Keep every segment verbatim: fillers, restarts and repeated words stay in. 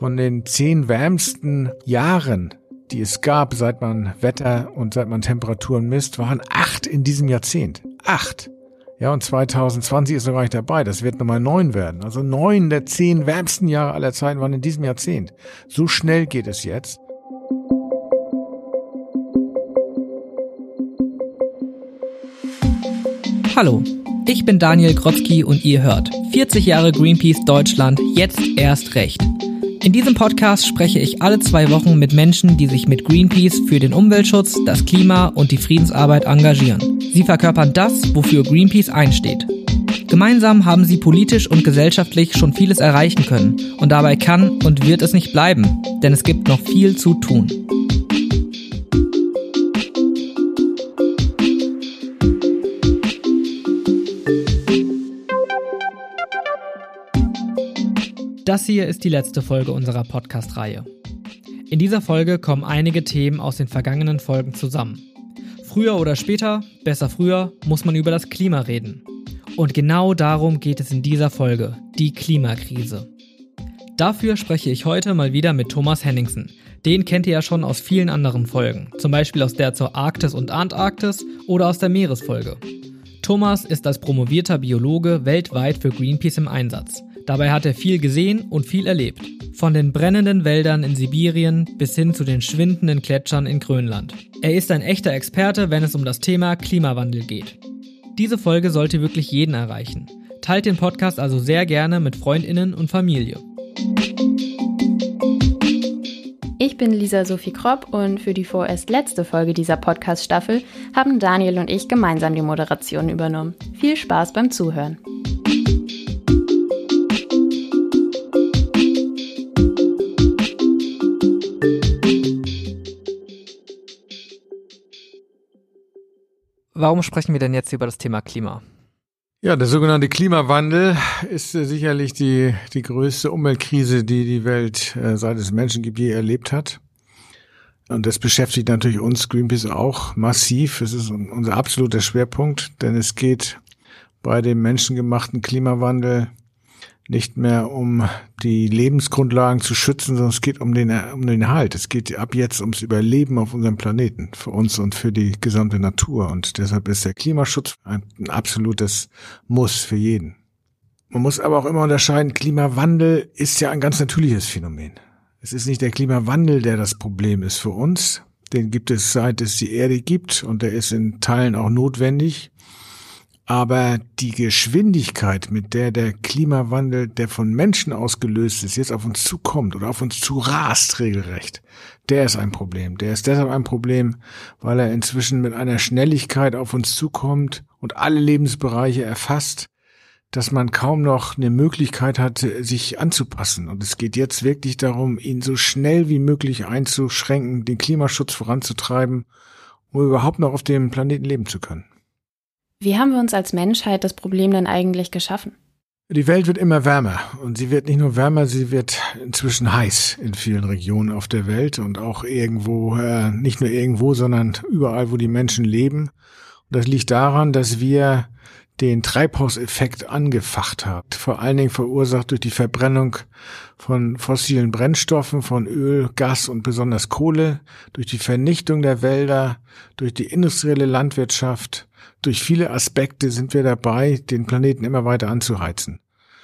Von den zehn wärmsten Jahren, die es gab, seit man Wetter und seit man Temperaturen misst, waren acht in diesem Jahrzehnt. Acht. Ja, und zwanzig zwanzig ist noch gar nicht dabei. Das wird Nummer neun werden. Also neun der zehn wärmsten Jahre aller Zeiten waren in diesem Jahrzehnt. So schnell geht es jetzt. Hallo, ich bin Daniel Grotzky und ihr hört vierzig Jahre Greenpeace Deutschland, jetzt erst recht. In diesem Podcast spreche ich alle zwei Wochen mit Menschen, die sich mit Greenpeace für den Umweltschutz, das Klima und die Friedensarbeit engagieren. Sie verkörpern das, wofür Greenpeace einsteht. Gemeinsam haben sie politisch und gesellschaftlich schon vieles erreichen können. Und dabei kann und wird es nicht bleiben, denn es gibt noch viel zu tun. Das hier ist die letzte Folge unserer Podcast-Reihe. In dieser Folge kommen einige Themen aus den vergangenen Folgen zusammen. Früher oder später, besser früher, muss man über das Klima reden. Und genau darum geht es in dieser Folge, die Klimakrise. Dafür spreche ich heute mal wieder mit Thomas Henningsen. Den kennt ihr ja schon aus vielen anderen Folgen, zum Beispiel aus der zur Arktis und Antarktis oder aus der Meeresfolge. Thomas ist als promovierter Biologe weltweit für Greenpeace im Einsatz. Dabei hat er viel gesehen und viel erlebt. Von den brennenden Wäldern in Sibirien bis hin zu den schwindenden Gletschern in Grönland. Er ist ein echter Experte, wenn es um das Thema Klimawandel geht. Diese Folge sollte wirklich jeden erreichen. Teilt den Podcast also sehr gerne mit FreundInnen und Familie. Ich bin Lisa Sophie Kropp und für die vorerst letzte Folge dieser Podcast-Staffel haben Daniel und ich gemeinsam die Moderation übernommen. Viel Spaß beim Zuhören. Warum sprechen wir denn jetzt über das Thema Klima? Ja, der sogenannte Klimawandel ist äh, sicherlich die die größte Umweltkrise, die die Welt, äh, seit es Menschen gibt, je erlebt hat. Und das beschäftigt natürlich uns, Greenpeace, auch massiv. Es ist unser absoluter Schwerpunkt, denn es geht bei dem menschengemachten Klimawandel nicht mehr um die Lebensgrundlagen zu schützen, sondern es geht um den, um den Erhalt. Es geht ab jetzt ums Überleben auf unserem Planeten, für uns und für die gesamte Natur. Und deshalb ist der Klimaschutz ein, ein absolutes Muss für jeden. Man muss aber auch immer unterscheiden, Klimawandel ist ja ein ganz natürliches Phänomen. Es ist nicht der Klimawandel, der das Problem ist für uns. Den gibt es, seit es die Erde gibt, und der ist in Teilen auch notwendig. Aber die Geschwindigkeit, mit der der Klimawandel, der von Menschen ausgelöst ist, jetzt auf uns zukommt oder auf uns zu rast regelrecht, der ist ein Problem. Der ist deshalb ein Problem, weil er inzwischen mit einer Schnelligkeit auf uns zukommt und alle Lebensbereiche erfasst, dass man kaum noch eine Möglichkeit hat, sich anzupassen. Und es geht jetzt wirklich darum, ihn so schnell wie möglich einzuschränken, den Klimaschutz voranzutreiben, um überhaupt noch auf dem Planeten leben zu können. Wie haben wir uns als Menschheit das Problem denn eigentlich geschaffen? Die Welt wird immer wärmer und sie wird nicht nur wärmer, sie wird inzwischen heiß in vielen Regionen auf der Welt und auch irgendwo, äh, nicht nur irgendwo, sondern überall, wo die Menschen leben. Und das liegt daran, dass wir den Treibhauseffekt angefacht haben, vor allen Dingen verursacht durch die Verbrennung von fossilen Brennstoffen, von Öl, Gas und besonders Kohle, durch die Vernichtung der Wälder, durch die industrielle Landwirtschaft. Durch viele Aspekte sind wir dabei, den Planeten immer weiter anzuheizen.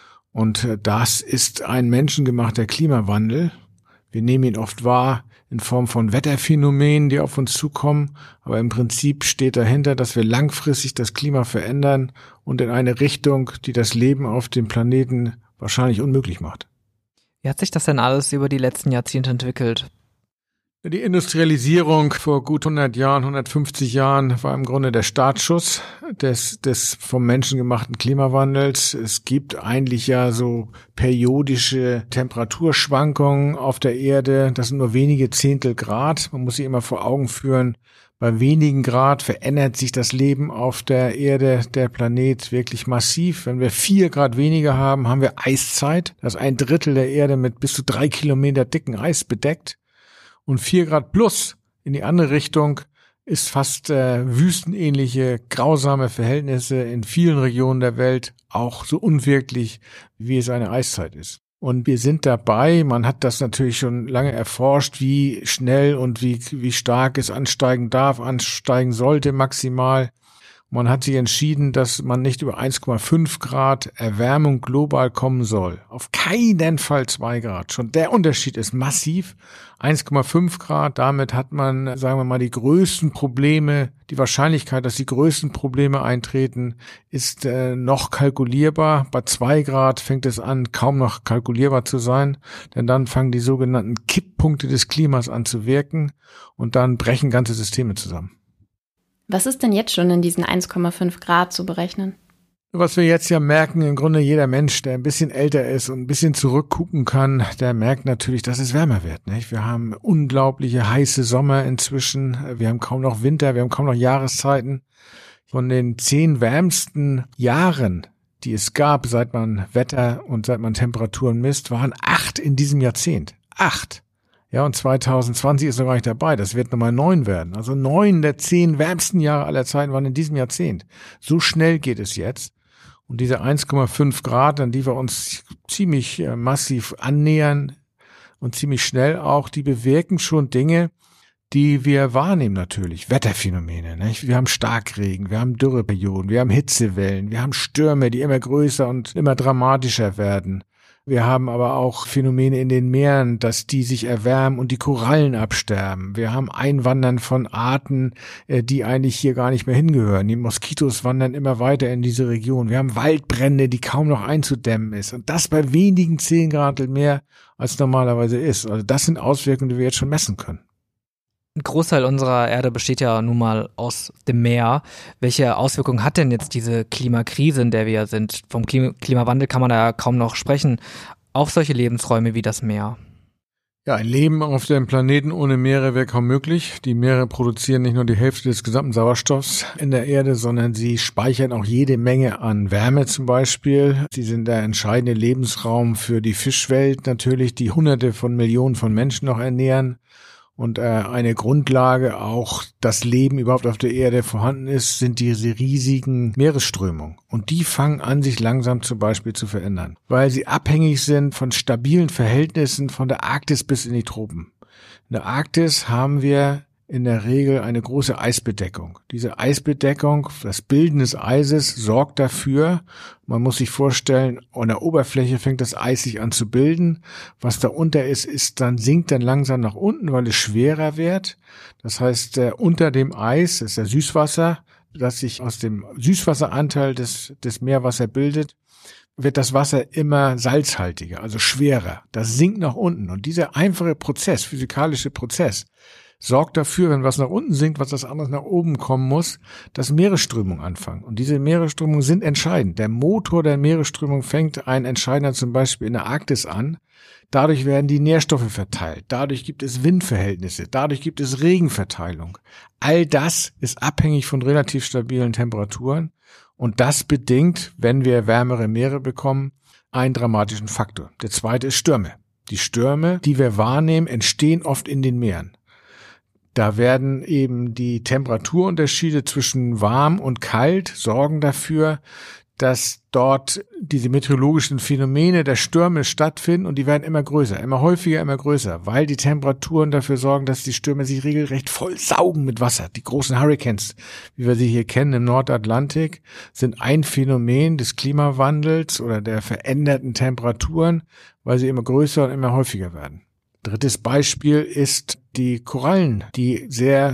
Und das ist ein menschengemachter Klimawandel. Wir nehmen ihn oft wahr in Form von Wetterphänomenen, die auf uns zukommen. Aber im Prinzip steht dahinter, dass wir langfristig das Klima verändern und in eine Richtung, die das Leben auf dem Planeten wahrscheinlich unmöglich macht. Wie hat sich das denn alles über die letzten Jahrzehnte entwickelt? Die Industrialisierung vor gut hundert Jahren, hundertfünfzig Jahren war im Grunde der Startschuss des, des vom Menschen gemachten Klimawandels. Es gibt eigentlich ja so periodische Temperaturschwankungen auf der Erde. Das sind nur wenige Zehntel Grad. Man muss sich immer vor Augen führen, bei wenigen Grad verändert sich das Leben auf der Erde, der Planet wirklich massiv. Wenn wir vier Grad weniger haben, haben wir Eiszeit. Das ist ein Drittel der Erde mit bis zu drei Kilometer dicken Eis bedeckt. Und vier Grad plus in die andere Richtung ist fast äh, wüstenähnliche, grausame Verhältnisse in vielen Regionen der Welt auch so unwirklich, wie es eine Eiszeit ist. Und wir sind dabei, man hat das natürlich schon lange erforscht, wie schnell und wie, wie stark es ansteigen darf, ansteigen sollte maximal. Man hat sich entschieden, dass man nicht über eins Komma fünf Grad Erwärmung global kommen soll. Auf keinen Fall zwei Grad. Schon der Unterschied ist massiv. eins Komma fünf Grad, damit hat man, sagen wir mal, die größten Probleme, die Wahrscheinlichkeit, dass die größten Probleme eintreten, ist äh, noch kalkulierbar. Bei zwei Grad fängt es an, kaum noch kalkulierbar zu sein, denn dann fangen die sogenannten Kipppunkte des Klimas an zu wirken und dann brechen ganze Systeme zusammen. Was ist denn jetzt schon in diesen eins Komma fünf Grad zu berechnen? Was wir jetzt ja merken, im Grunde jeder Mensch, der ein bisschen älter ist und ein bisschen zurückgucken kann, der merkt natürlich, dass es wärmer wird, nicht? Wir haben unglaubliche heiße Sommer inzwischen, wir haben kaum noch Winter, wir haben kaum noch Jahreszeiten. Von den zehn wärmsten Jahren, die es gab, seit man Wetter und seit man Temperaturen misst, waren acht in diesem Jahrzehnt. Acht! Ja, und zwanzig zwanzig ist noch gar nicht dabei. Das wird nochmal neun werden. Also neun der zehn wärmsten Jahre aller Zeiten waren in diesem Jahrzehnt. So schnell geht es jetzt. Und diese eins Komma fünf Grad, an die wir uns ziemlich äh, massiv annähern und ziemlich schnell auch, die bewirken schon Dinge, die wir wahrnehmen natürlich. Wetterphänomene, nicht? Wir haben Starkregen, wir haben Dürreperioden, wir haben Hitzewellen, wir haben Stürme, die immer größer und immer dramatischer werden. Wir haben aber auch Phänomene in den Meeren, dass die sich erwärmen und die Korallen absterben. Wir haben Einwandern von Arten, die eigentlich hier gar nicht mehr hingehören. Die Moskitos wandern immer weiter in diese Region. Wir haben Waldbrände, die kaum noch einzudämmen ist. Und das bei wenigen zehn Grad mehr, als normalerweise ist. Also das sind Auswirkungen, die wir jetzt schon messen können. Ein Großteil unserer Erde besteht ja nun mal aus dem Meer. Welche Auswirkungen hat denn jetzt diese Klimakrise, in der wir sind? Vom Klima- Klimawandel kann man da ja kaum noch sprechen. Auf solche Lebensräume wie das Meer. Ja, ein Leben auf dem Planeten ohne Meere wäre kaum möglich. Die Meere produzieren nicht nur die Hälfte des gesamten Sauerstoffs in der Erde, sondern sie speichern auch jede Menge an Wärme zum Beispiel. Sie sind der entscheidende Lebensraum für die Fischwelt natürlich, die Hunderte von Millionen von Menschen noch ernähren. Und äh, eine Grundlage auch, dass Leben überhaupt auf der Erde vorhanden ist, sind diese riesigen Meeresströmungen. Und die fangen an, sich langsam zum Beispiel zu verändern, weil sie abhängig sind von stabilen Verhältnissen von der Arktis bis in die Tropen. In der Arktis haben wir in der Regel eine große Eisbedeckung. Diese Eisbedeckung, das Bilden des Eises sorgt dafür, man muss sich vorstellen, an der Oberfläche fängt das Eis sich an zu bilden. Was da unter ist, ist dann sinkt dann langsam nach unten, weil es schwerer wird. Das heißt, äh, unter dem Eis ist das Süßwasser, das sich aus dem Süßwasseranteil des, des Meerwassers bildet, wird das Wasser immer salzhaltiger, also schwerer. Das sinkt nach unten. Und dieser einfache Prozess, physikalische Prozess, sorgt dafür, wenn was nach unten sinkt, was das anderes nach oben kommen muss, dass Meeresströmungen anfangen. Und diese Meeresströmungen sind entscheidend. Der Motor der Meeresströmung fängt ein entscheidender zum Beispiel in der Arktis an. Dadurch werden die Nährstoffe verteilt. Dadurch gibt es Windverhältnisse. Dadurch gibt es Regenverteilung. All das ist abhängig von relativ stabilen Temperaturen. Und das bedingt, wenn wir wärmere Meere bekommen, einen dramatischen Faktor. Der zweite ist Stürme. Die Stürme, die wir wahrnehmen, entstehen oft in den Meeren. Da werden eben die Temperaturunterschiede zwischen warm und kalt sorgen dafür, dass dort diese meteorologischen Phänomene der Stürme stattfinden und die werden immer größer, immer häufiger, immer größer, weil die Temperaturen dafür sorgen, dass die Stürme sich regelrecht voll saugen mit Wasser. Die großen Hurricanes, wie wir sie hier kennen im Nordatlantik, sind ein Phänomen des Klimawandels oder der veränderten Temperaturen, weil sie immer größer und immer häufiger werden. Drittes Beispiel ist die Korallen, die sehr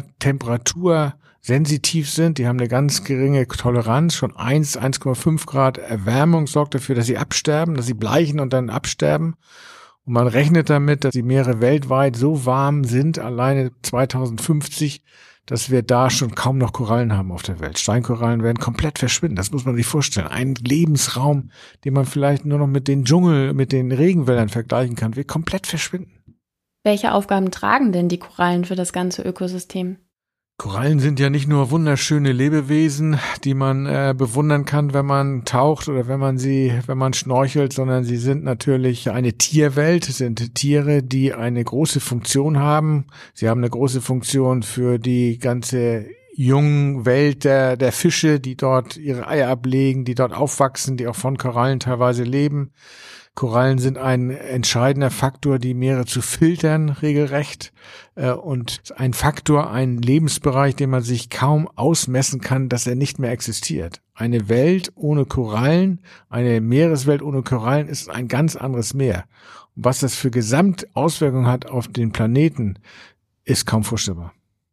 temperatursensitiv sind. Die haben eine ganz geringe Toleranz. Schon eins, eins Komma fünf Grad Erwärmung sorgt dafür, dass sie absterben, dass sie bleichen und dann absterben. Und man rechnet damit, dass die Meere weltweit so warm sind, alleine zweitausendfünfzig, dass wir da schon kaum noch Korallen haben auf der Welt. Steinkorallen werden komplett verschwinden. Das muss man sich vorstellen. Ein Lebensraum, den man vielleicht nur noch mit den Dschungel, mit den Regenwäldern vergleichen kann, wird komplett verschwinden. Welche Aufgaben tragen denn die Korallen für das ganze Ökosystem? Korallen sind ja nicht nur wunderschöne Lebewesen, die man äh, bewundern kann, wenn man taucht oder wenn man sie, wenn man schnorchelt, sondern sie sind natürlich eine Tierwelt, es sind Tiere, die eine große Funktion haben. Sie haben eine große Funktion für die ganze jungen Welt der, der Fische, die dort ihre Eier ablegen, die dort aufwachsen, die auch von Korallen teilweise leben. Korallen sind ein entscheidender Faktor, die Meere zu filtern, regelrecht. Und ein Faktor, ein Lebensbereich, den man sich kaum ausmessen kann, dass er nicht mehr existiert. Eine Welt ohne Korallen, eine Meereswelt ohne Korallen ist ein ganz anderes Meer. Und was das für Gesamtauswirkungen hat auf den Planeten, ist kaum vorstellbar.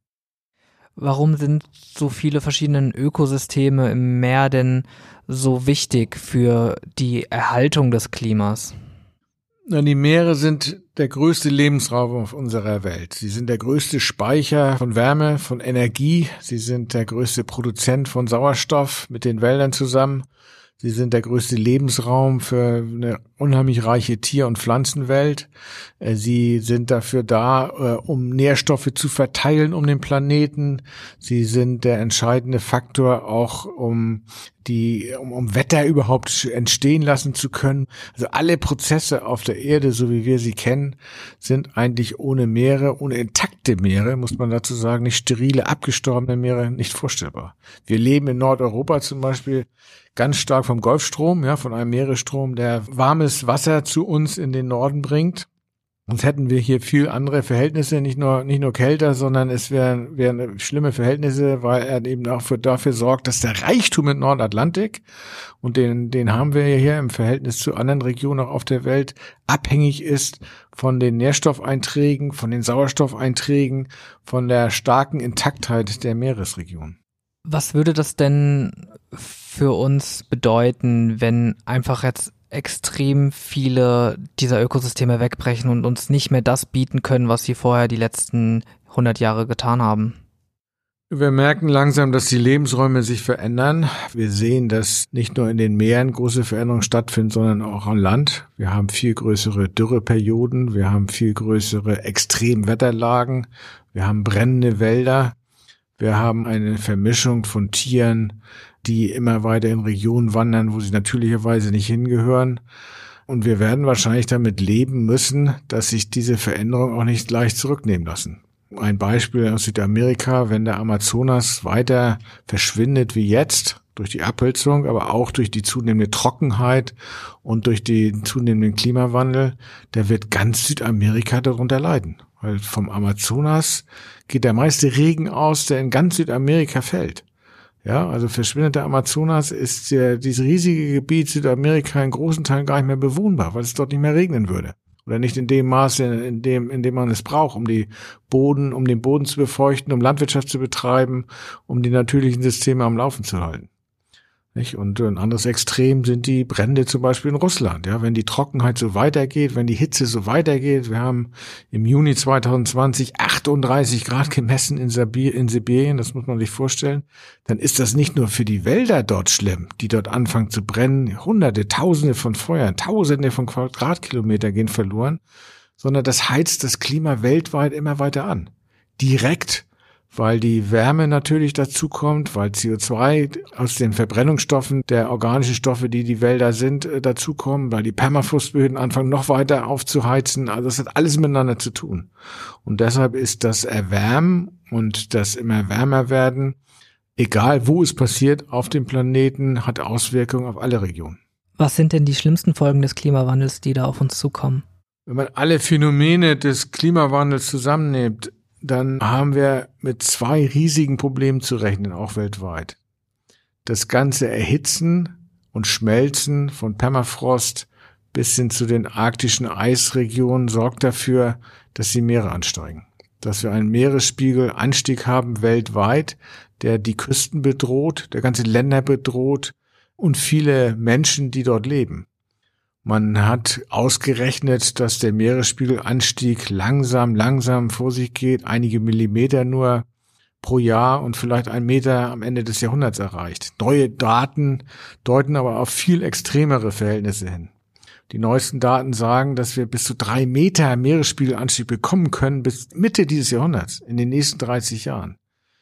Warum sind so viele verschiedene Ökosysteme im Meer denn so wichtig für die Erhaltung des Klimas? Die Meere sind der größte Lebensraum auf unserer Welt. Sie sind der größte Speicher von Wärme, von Energie. Sie sind der größte Produzent von Sauerstoff mit den Wäldern zusammen. Sie sind der größte Lebensraum für eine unheimlich reiche Tier- und Pflanzenwelt. Sie sind dafür da, um Nährstoffe zu verteilen um den Planeten. Sie sind der entscheidende Faktor auch, um die, um, um Wetter überhaupt entstehen lassen zu können. Also alle Prozesse auf der Erde, so wie wir sie kennen, sind eigentlich ohne Meere, ohne intakte Meere, muss man dazu sagen, nicht sterile, abgestorbene Meere, nicht vorstellbar. Wir leben in Nordeuropa zum Beispiel ganz stark vom Golfstrom, ja, von einem Meeresstrom, der warmes Wasser zu uns in den Norden bringt. Sonst hätten wir hier viel andere Verhältnisse, nicht nur nicht nur kälter, sondern es wären wären schlimme Verhältnisse, weil er eben auch für, dafür sorgt, dass der Reichtum im Nordatlantik, und den den haben wir hier im Verhältnis zu anderen Regionen auch auf der Welt, abhängig ist von den Nährstoffeinträgen, von den Sauerstoffeinträgen, von der starken Intaktheit der Meeresregion. Was würde das denn für uns bedeuten, wenn einfach jetzt extrem viele dieser Ökosysteme wegbrechen und uns nicht mehr das bieten können, was sie vorher die letzten hundert Jahre getan haben? Wir merken langsam, dass die Lebensräume sich verändern. Wir sehen, dass nicht nur in den Meeren große Veränderungen stattfinden, sondern auch an Land. Wir haben viel größere Dürreperioden, wir haben viel größere Extremwetterlagen, wir haben brennende Wälder, wir haben eine Vermischung von Tieren, die immer weiter in Regionen wandern, wo sie natürlicherweise nicht hingehören. Und wir werden wahrscheinlich damit leben müssen, dass sich diese Veränderungen auch nicht leicht zurücknehmen lassen. Ein Beispiel aus Südamerika: Wenn der Amazonas weiter verschwindet wie jetzt, durch die Abholzung, aber auch durch die zunehmende Trockenheit und durch den zunehmenden Klimawandel, da wird ganz Südamerika darunter leiden. Weil vom Amazonas geht der meiste Regen aus, der in ganz Südamerika fällt. Ja, also verschwindet der Amazonas, ist ja dieses riesige Gebiet Südamerika in großen Teilen gar nicht mehr bewohnbar, weil es dort nicht mehr regnen würde. Oder nicht in dem Maße, in dem, in dem man es braucht, um die Boden, um den Boden zu befeuchten, um Landwirtschaft zu betreiben, um die natürlichen Systeme am Laufen zu halten. Nicht? Und ein anderes Extrem sind die Brände zum Beispiel in Russland. Ja, wenn die Trockenheit so weitergeht, wenn die Hitze so weitergeht, wir haben im Juni zwanzig zwanzig achtunddreißig Grad gemessen in Sibirien, das muss man sich vorstellen, dann ist das nicht nur für die Wälder dort schlimm, die dort anfangen zu brennen, hunderte, tausende von Feuern, tausende von Quadratkilometer gehen verloren, sondern das heizt das Klima weltweit immer weiter an. Direkt, weil die Wärme natürlich dazukommt, weil C O zwei aus den Verbrennungsstoffen der organischen Stoffe, die die Wälder sind, dazukommen, weil die Permafrostböden anfangen noch weiter aufzuheizen. Also das hat alles miteinander zu tun. Und deshalb ist das Erwärmen und das immer wärmer werden, egal wo es passiert auf dem Planeten, hat Auswirkungen auf alle Regionen. Was sind denn die schlimmsten Folgen des Klimawandels, die da auf uns zukommen? Wenn man alle Phänomene des Klimawandels zusammennimmt, dann haben wir mit zwei riesigen Problemen zu rechnen, auch weltweit. Das ganze Erhitzen und Schmelzen von Permafrost bis hin zu den arktischen Eisregionen sorgt dafür, dass die Meere ansteigen. Dass wir einen Meeresspiegelanstieg haben weltweit, der die Küsten bedroht, der ganze Länder bedroht und viele Menschen, die dort leben. Man hat ausgerechnet, dass der Meeresspiegelanstieg langsam, langsam vor sich geht, einige Millimeter nur pro Jahr und vielleicht ein Meter am Ende des Jahrhunderts erreicht. Neue Daten deuten aber auf viel extremere Verhältnisse hin. Die neuesten Daten sagen, dass wir bis zu drei Meter Meeresspiegelanstieg bekommen können bis Mitte dieses Jahrhunderts, in den nächsten dreißig Jahren.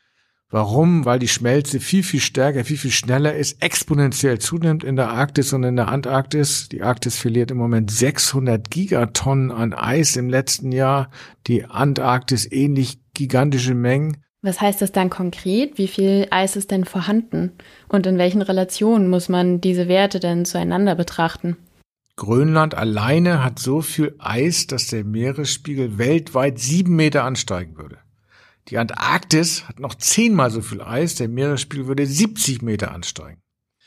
Warum? Weil die Schmelze viel, viel stärker, viel, viel schneller ist, exponentiell zunimmt in der Arktis und in der Antarktis. Die Arktis verliert im Moment sechshundert Gigatonnen an Eis im letzten Jahr. Die Antarktis ähnlich gigantische Mengen. Was heißt das dann konkret? Wie viel Eis ist denn vorhanden? Und in welchen Relationen muss man diese Werte denn zueinander betrachten? Grönland alleine hat so viel Eis, dass der Meeresspiegel weltweit sieben Meter ansteigen würde. Die Antarktis hat noch zehnmal so viel Eis, der Meeresspiegel würde siebzig Meter ansteigen.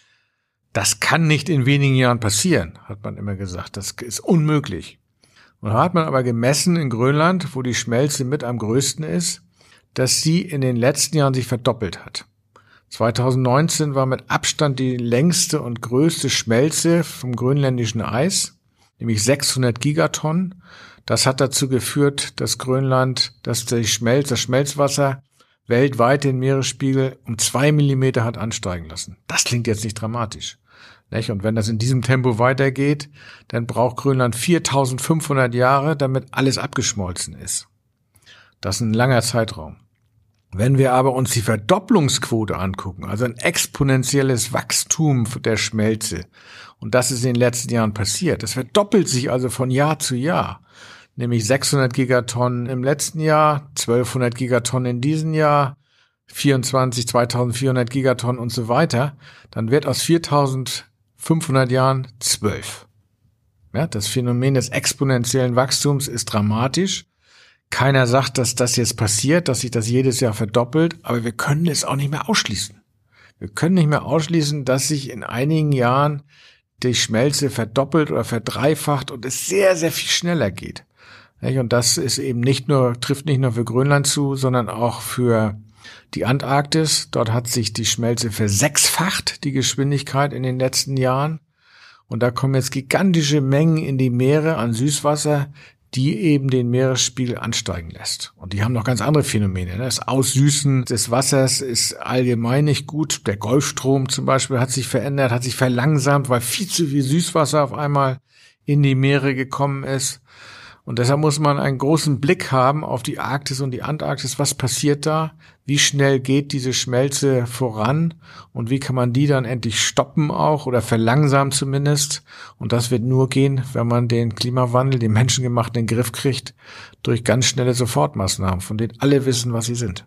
Das kann nicht in wenigen Jahren passieren, hat man immer gesagt. Das ist unmöglich. Und da hat man aber gemessen in Grönland, wo die Schmelze mit am größten ist, dass sie in den letzten Jahren sich verdoppelt hat. zweitausendneunzehn war mit Abstand die längste und größte Schmelze vom grönländischen Eis, nämlich sechshundert Gigatonnen. Das hat dazu geführt, dass Grönland, dass die Schmelz, das Schmelzwasser weltweit den Meeresspiegel um zwei Millimeter hat ansteigen lassen. Das klingt jetzt nicht dramatisch. Und wenn das in diesem Tempo weitergeht, dann braucht Grönland viertausendfünfhundert Jahre, damit alles abgeschmolzen ist. Das ist ein langer Zeitraum. Wenn wir aber uns die Verdopplungsquote angucken, also ein exponentielles Wachstum der Schmelze, und das ist in den letzten Jahren passiert, das verdoppelt sich also von Jahr zu Jahr, nämlich sechshundert Gigatonnen im letzten Jahr, zwölfhundert Gigatonnen in diesem Jahr, vierundzwanzig, zweitausendvierhundert Gigatonnen und so weiter, dann wird aus viertausendfünfhundert Jahren zwölf. Ja, das Phänomen des exponentiellen Wachstums ist dramatisch. Keiner sagt, dass das jetzt passiert, dass sich das jedes Jahr verdoppelt, aber wir können es auch nicht mehr ausschließen. Wir können nicht mehr ausschließen, dass sich in einigen Jahren die Schmelze verdoppelt oder verdreifacht und es sehr, sehr viel schneller geht. Und das ist eben nicht nur, trifft nicht nur für Grönland zu, sondern auch für die Antarktis. Dort hat sich die Schmelze versechsfacht, die Geschwindigkeit in den letzten Jahren. Und da kommen jetzt gigantische Mengen in die Meere an Süßwasser, die eben den Meeresspiegel ansteigen lässt. Und die haben noch ganz andere Phänomene. Das Aussüßen des Wassers ist allgemein nicht gut. Der Golfstrom zum Beispiel hat sich verändert, hat sich verlangsamt, weil viel zu viel Süßwasser auf einmal in die Meere gekommen ist. Und deshalb muss man einen großen Blick haben auf die Arktis und die Antarktis. Was passiert da? Wie schnell geht diese Schmelze voran? Und wie kann man die dann endlich stoppen auch oder verlangsamen zumindest? Und das wird nur gehen, wenn man den Klimawandel, den menschengemachten, in den Griff kriegt, durch ganz schnelle Sofortmaßnahmen, von denen alle wissen, was sie sind.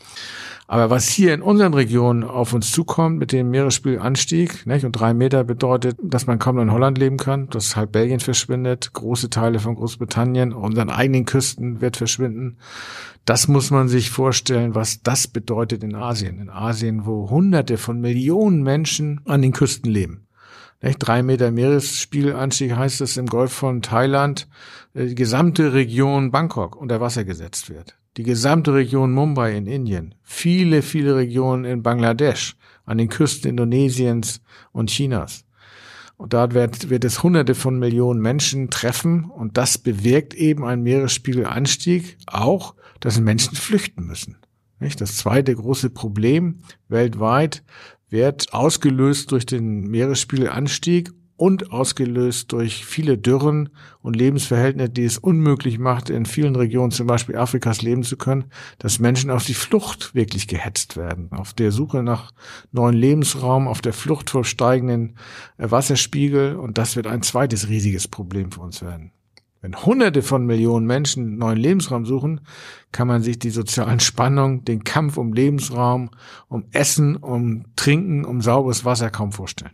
Aber was hier in unseren Regionen auf uns zukommt mit dem Meeresspiegelanstieg, nicht? Und drei Meter bedeutet, dass man kaum noch in Holland leben kann, dass halb Belgien verschwindet, große Teile von Großbritannien, unseren eigenen Küsten wird verschwinden. Das muss man sich vorstellen, was das bedeutet in Asien. In Asien, wo Hunderte von Millionen Menschen an den Küsten leben. Nicht? Drei Meter Meeresspiegelanstieg heißt es im Golf von Thailand, die gesamte Region Bangkok unter Wasser gesetzt wird. Die gesamte Region Mumbai in Indien, viele, viele Regionen in Bangladesch, an den Küsten Indonesiens und Chinas. Und dort wird, wird es Hunderte von Millionen Menschen treffen und das bewirkt eben einen Meeresspiegelanstieg, auch, dass Menschen flüchten müssen. Nicht? Das zweite große Problem weltweit wird ausgelöst durch den Meeresspiegelanstieg und ausgelöst durch viele Dürren und Lebensverhältnisse, die es unmöglich macht, in vielen Regionen, zum Beispiel Afrikas, leben zu können, dass Menschen auf die Flucht wirklich gehetzt werden. Auf der Suche nach neuen Lebensraum, auf der Flucht vor steigenden Wasserspiegel. Und das wird ein zweites riesiges Problem für uns werden. Wenn Hunderte von Millionen Menschen neuen Lebensraum suchen, kann man sich die sozialen Spannungen, den Kampf um Lebensraum, um Essen, um Trinken, um sauberes Wasser kaum vorstellen.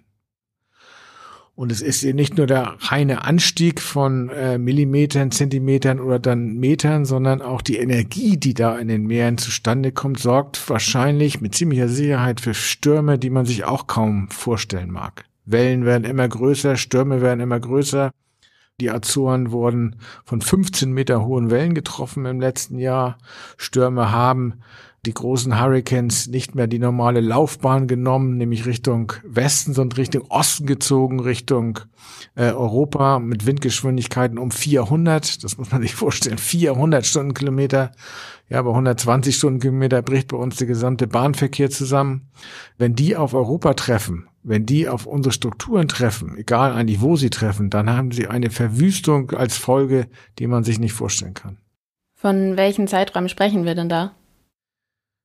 Und es ist eben nicht nur der reine Anstieg von äh, Millimetern, Zentimetern oder dann Metern, sondern auch die Energie, die da in den Meeren zustande kommt, sorgt wahrscheinlich mit ziemlicher Sicherheit für Stürme, die man sich auch kaum vorstellen mag. Wellen werden immer größer, Stürme werden immer größer. Die Azoren wurden von fünfzehn Meter hohen Wellen getroffen im letzten Jahr. Stürme haben die großen Hurricanes nicht mehr die normale Laufbahn genommen, nämlich Richtung Westen, sondern Richtung Osten gezogen, Richtung äh, Europa mit Windgeschwindigkeiten um vierhundert. Das muss man sich vorstellen, vierhundert Stundenkilometer. Ja, bei hundertzwanzig Stundenkilometer bricht bei uns der gesamte Bahnverkehr zusammen. Wenn die auf Europa treffen, wenn die auf unsere Strukturen treffen, egal eigentlich wo sie treffen, dann haben sie eine Verwüstung als Folge, die man sich nicht vorstellen kann. Von welchen Zeiträumen sprechen wir denn da?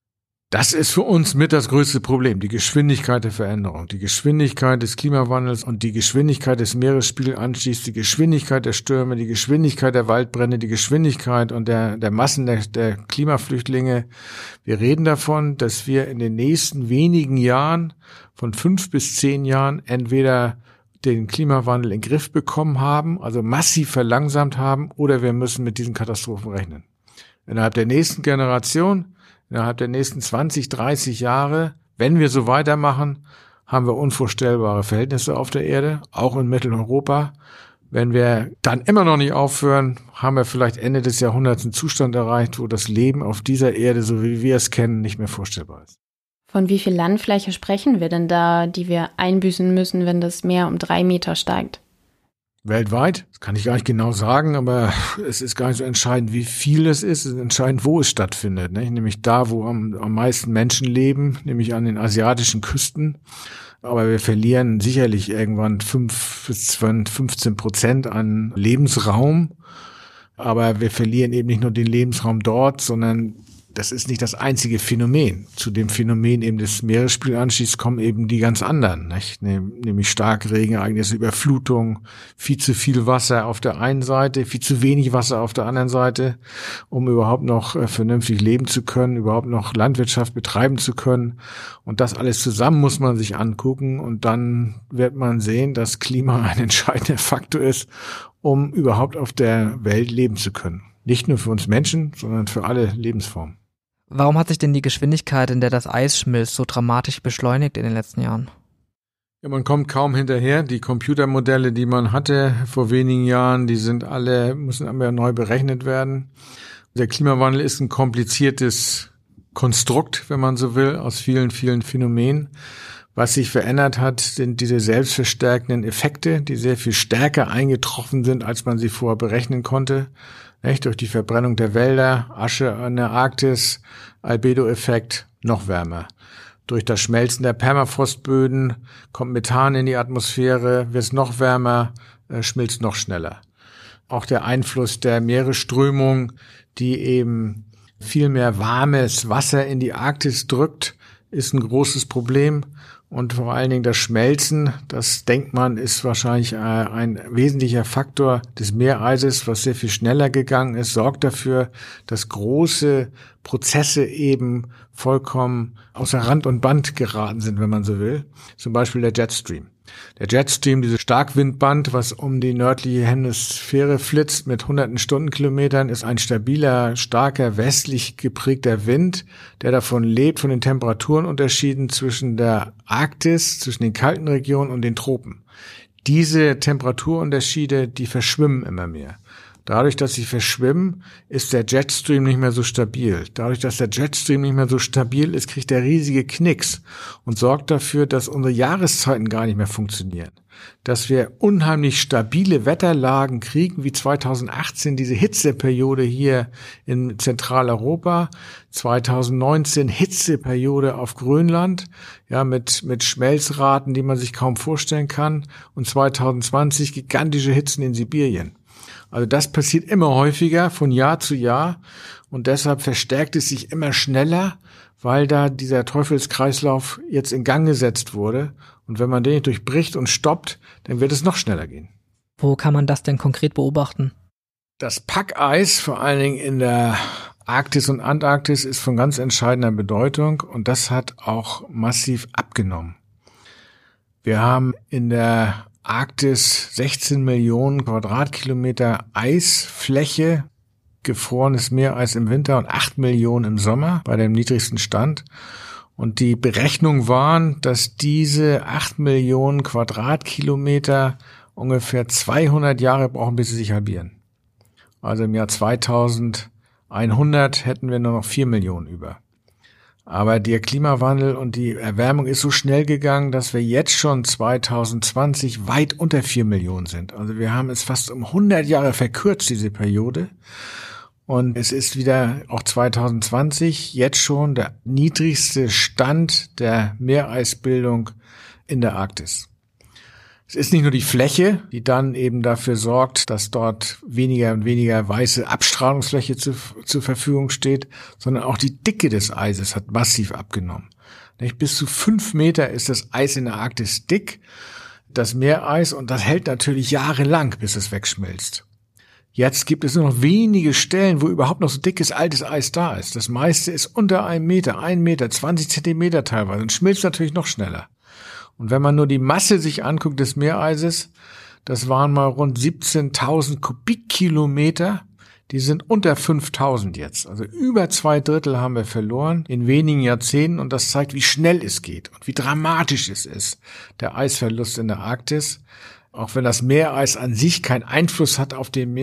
Das ist für uns mit das größte Problem, die Geschwindigkeit der Veränderung, die Geschwindigkeit des Klimawandels und die Geschwindigkeit des Meeresspiegelanstiegs, die Geschwindigkeit der Stürme, die Geschwindigkeit der Waldbrände, die Geschwindigkeit und der, der Massen der, der Klimaflüchtlinge. Wir reden davon, dass wir in den nächsten wenigen Jahren, von fünf bis zehn Jahren, entweder den Klimawandel in den Griff bekommen haben, also massiv verlangsamt haben, oder wir müssen mit diesen Katastrophen rechnen. Innerhalb der nächsten Generation, innerhalb der nächsten zwanzig, dreißig Jahre, wenn wir so weitermachen, haben wir unvorstellbare Verhältnisse auf der Erde, auch in Mitteleuropa. Wenn wir dann immer noch nicht aufhören, haben wir vielleicht Ende des Jahrhunderts einen Zustand erreicht, wo das Leben auf dieser Erde, so wie wir es kennen, nicht mehr vorstellbar ist. Von wie viel Landfläche sprechen wir denn da, die wir einbüßen müssen, wenn das Meer um drei Meter steigt? Weltweit? Das kann ich gar nicht genau sagen, aber es ist gar nicht so entscheidend, wie viel es ist. Es ist entscheidend, wo es stattfindet. Nicht? Nämlich da, wo am, am meisten Menschen leben, nämlich an den asiatischen Küsten. Aber wir verlieren sicherlich irgendwann fünf bis fünfzehn Prozent an Lebensraum. Aber wir verlieren eben nicht nur den Lebensraum dort, sondern das ist nicht das einzige Phänomen. Zu dem Phänomen eben des Meeresspiegelanstiegs kommen eben die ganz anderen, nicht? Nämlich Starkregenereignisse, Überflutung, viel zu viel Wasser auf der einen Seite, viel zu wenig Wasser auf der anderen Seite, um überhaupt noch vernünftig leben zu können, überhaupt noch Landwirtschaft betreiben zu können. Und das alles zusammen muss man sich angucken und dann wird man sehen, dass Klima ein entscheidender Faktor ist, um überhaupt auf der Welt leben zu können. Nicht nur für uns Menschen, sondern für alle Lebensformen. Warum hat sich denn die Geschwindigkeit, in der das Eis schmilzt, so dramatisch beschleunigt in den letzten Jahren? Ja, man kommt kaum hinterher. Die Computermodelle, die man hatte vor wenigen Jahren, die sind alle, müssen alle neu berechnet werden. Der Klimawandel ist ein kompliziertes Konstrukt, wenn man so will, aus vielen, vielen Phänomenen. Was sich verändert hat, sind diese selbstverstärkenden Effekte, die sehr viel stärker eingetroffen sind, als man sie vorher berechnen konnte. Nicht? Durch die Verbrennung der Wälder, Asche an der Arktis, Albedo-Effekt, noch wärmer. Durch das Schmelzen der Permafrostböden kommt Methan in die Atmosphäre, wird es noch wärmer, äh, schmilzt noch schneller. Auch der Einfluss der Meeresströmung, die eben viel mehr warmes Wasser in die Arktis drückt, ist ein großes Problem. Und vor allen Dingen das Schmelzen, das denkt man, ist wahrscheinlich ein wesentlicher Faktor des Meereises, was sehr viel schneller gegangen ist, sorgt dafür, dass große Prozesse eben vollkommen außer Rand und Band geraten sind, wenn man so will. Zum Beispiel der Jetstream. Der Jetstream, dieses Starkwindband, was um die nördliche Hemisphäre flitzt mit hunderten Stundenkilometern, ist ein stabiler, starker, westlich geprägter Wind, der davon lebt, von den Temperaturenunterschieden zwischen der Arktis, zwischen den kalten Regionen und den Tropen. Diese Temperaturunterschiede, die verschwimmen immer mehr. Dadurch, dass sie verschwimmen, ist der Jetstream nicht mehr so stabil. Dadurch, dass der Jetstream nicht mehr so stabil ist, kriegt er riesige Knicks und sorgt dafür, dass unsere Jahreszeiten gar nicht mehr funktionieren. Dass wir unheimlich stabile Wetterlagen kriegen, wie zweitausendachtzehn diese Hitzeperiode hier in Zentraleuropa, zweitausendneunzehn Hitzeperiode auf Grönland, ja, mit, mit Schmelzraten, die man sich kaum vorstellen kann, und zweitausendzwanzig gigantische Hitzen in Sibirien. Also das passiert immer häufiger von Jahr zu Jahr und deshalb verstärkt es sich immer schneller, weil da dieser Teufelskreislauf jetzt in Gang gesetzt wurde. Und wenn man den nicht durchbricht und stoppt, dann wird es noch schneller gehen. Wo kann man das denn konkret beobachten? Das Packeis, vor allen Dingen in der Arktis und Antarktis, ist von ganz entscheidender Bedeutung und das hat auch massiv abgenommen. Wir haben in der Arktis sechzehn Millionen Quadratkilometer Eisfläche, gefrorenes Meereis im Winter und acht Millionen im Sommer bei dem niedrigsten Stand. Und die Berechnungen waren, dass diese acht Millionen Quadratkilometer ungefähr zweihundert Jahre brauchen, bis sie sich halbieren. Also im Jahr zweitausendeinhundert hätten wir nur noch vier Millionen über. Aber der Klimawandel und die Erwärmung ist so schnell gegangen, dass wir jetzt schon zweitausendzwanzig weit unter vier Millionen sind. Also wir haben es fast um hundert Jahre verkürzt, diese Periode. Und es ist wieder auch zweitausendzwanzig jetzt schon der niedrigste Stand der Meereisbildung in der Arktis. Es ist nicht nur die Fläche, die dann eben dafür sorgt, dass dort weniger und weniger weiße Abstrahlungsfläche zu, zur Verfügung steht, sondern auch die Dicke des Eises hat massiv abgenommen. Bis zu fünf Meter ist das Eis in der Arktis dick, das Meereis, und das hält natürlich jahrelang, bis es wegschmilzt. Jetzt gibt es nur noch wenige Stellen, wo überhaupt noch so dickes, altes Eis da ist. Das meiste ist unter einem Meter, ein Meter, zwanzig Zentimeter teilweise und schmilzt natürlich noch schneller. Und wenn man nur die Masse sich anguckt des Meereises, das waren mal rund siebzehntausend Kubikkilometer, die sind unter fünftausend jetzt. Also über zwei Drittel haben wir verloren in wenigen Jahrzehnten, und das zeigt, wie schnell es geht und wie dramatisch es ist, der Eisverlust in der Arktis. Auch wenn das Meereis an sich keinen Einfluss hat auf den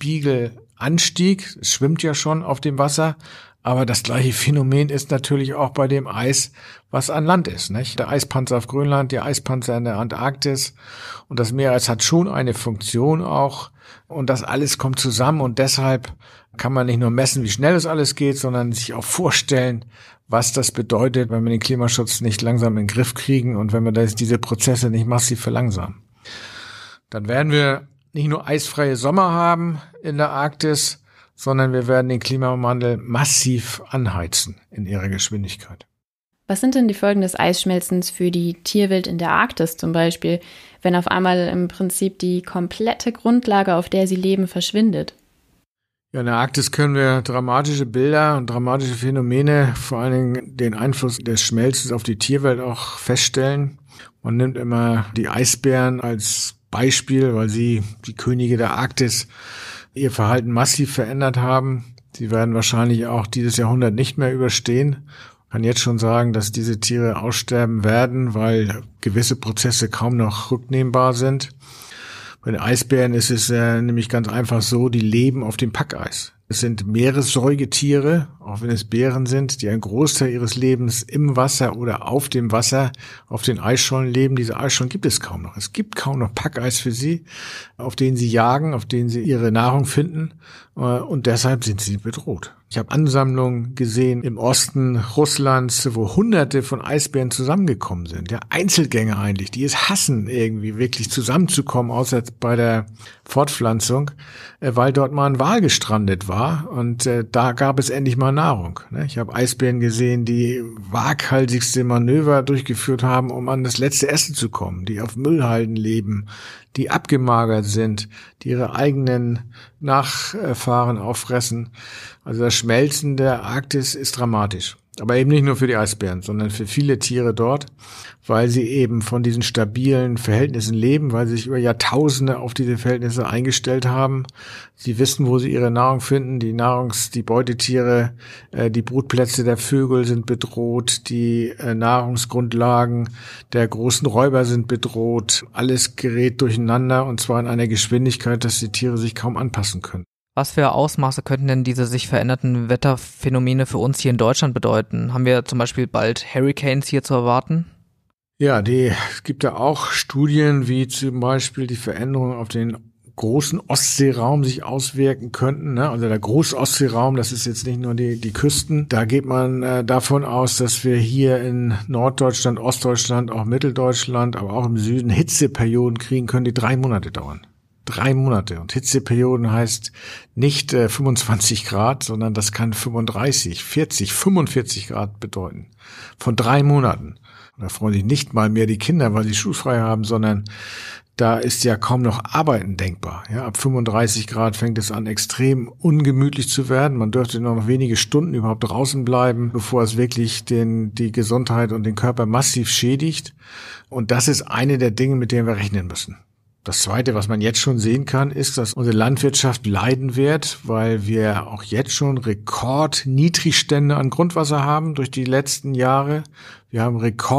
Meeresspiegelanstieg, es schwimmt ja schon auf dem Wasser, aber das gleiche Phänomen ist natürlich auch bei dem Eis, was an Land ist, nicht? Der Eispanzer auf Grönland, der Eispanzer in der Antarktis, und das Meereis hat schon eine Funktion auch, und das alles kommt zusammen, und deshalb kann man nicht nur messen, wie schnell es alles geht, sondern sich auch vorstellen, was das bedeutet, wenn wir den Klimaschutz nicht langsam in den Griff kriegen und wenn wir das, diese Prozesse nicht massiv verlangsamen. Dann werden wir nicht nur eisfreie Sommer haben in der Arktis, sondern wir werden den Klimawandel massiv anheizen in ihrer Geschwindigkeit. Was sind denn die Folgen des Eisschmelzens für die Tierwelt in der Arktis zum Beispiel, wenn auf einmal im Prinzip die komplette Grundlage, auf der sie leben, verschwindet? Ja, in der Arktis können wir dramatische Bilder und dramatische Phänomene, vor allen Dingen den Einfluss des Schmelzens auf die Tierwelt auch feststellen. Man nimmt immer die Eisbären als Beispiel, weil sie, die Könige der Arktis, ihr Verhalten massiv verändert haben. Sie werden wahrscheinlich auch dieses Jahrhundert nicht mehr überstehen. Ich kann jetzt schon sagen, dass diese Tiere aussterben werden, weil gewisse Prozesse kaum noch rücknehmbar sind. Bei den Eisbären ist es äh, nämlich ganz einfach so, die leben auf dem Packeis. Es sind Meeressäugetiere, auch wenn es Bären sind, die einen Großteil ihres Lebens im Wasser oder auf dem Wasser, auf den Eisschollen leben. Diese Eisschollen gibt es kaum noch. Es gibt kaum noch Packeis für sie, auf denen sie jagen, auf denen sie ihre Nahrung finden. Und deshalb sind sie bedroht. Ich habe Ansammlungen gesehen im Osten Russlands, wo Hunderte von Eisbären zusammengekommen sind. Ja, Einzelgänger eigentlich, die es hassen, irgendwie wirklich zusammenzukommen, außer bei der Fortpflanzung, weil dort mal ein Wal gestrandet war, und äh, da gab es endlich mal Nahrung. Ne? Ich habe Eisbären gesehen, die waghalsigste Manöver durchgeführt haben, um an das letzte Essen zu kommen, die auf Müllhalden leben, die abgemagert sind, die ihre eigenen Nachfahren auffressen. Also das Schmelzen der Arktis ist dramatisch. Aber eben nicht nur für die Eisbären, sondern für viele Tiere dort, weil sie eben von diesen stabilen Verhältnissen leben, weil sie sich über Jahrtausende auf diese Verhältnisse eingestellt haben. Sie wissen, wo sie ihre Nahrung finden. Die Nahrungs-, die Beutetiere, äh, die Brutplätze der Vögel sind bedroht, die äh, Nahrungsgrundlagen der großen Räuber sind bedroht. Alles gerät durcheinander, und zwar in einer Geschwindigkeit, dass die Tiere sich kaum anpassen können. Was für Ausmaße könnten denn diese sich veränderten Wetterphänomene für uns hier in Deutschland bedeuten? Haben wir zum Beispiel bald Hurricanes hier zu erwarten? Ja, die, es gibt da auch Studien, wie zum Beispiel die Veränderungen auf den großen Ostseeraum sich auswirken könnten. Ne? Also der Großostseeraum, das ist jetzt nicht nur die, die Küsten. Da geht man äh, davon aus, dass wir hier in Norddeutschland, Ostdeutschland, auch Mitteldeutschland, aber auch im Süden Hitzeperioden kriegen können, die drei Monate dauern. Drei Monate. Und Hitzeperioden heißt nicht äh, fünfundzwanzig Grad, sondern das kann fünfunddreißig, vierzig, fünfundvierzig Grad bedeuten. Von drei Monaten. Und da freuen sich nicht mal mehr die Kinder, weil sie schulfrei haben, sondern da ist ja kaum noch Arbeiten denkbar. Ja, ab fünfunddreißig Grad fängt es an, extrem ungemütlich zu werden. Man dürfte nur noch wenige Stunden überhaupt draußen bleiben, bevor es wirklich den, die Gesundheit und den Körper massiv schädigt. Und das ist eine der Dinge, mit denen wir rechnen müssen. Das Zweite, was man jetzt schon sehen kann, ist, dass unsere Landwirtschaft leiden wird, weil wir auch jetzt schon Rekordniedrigstände an Grundwasser haben durch die letzten Jahre. Wir haben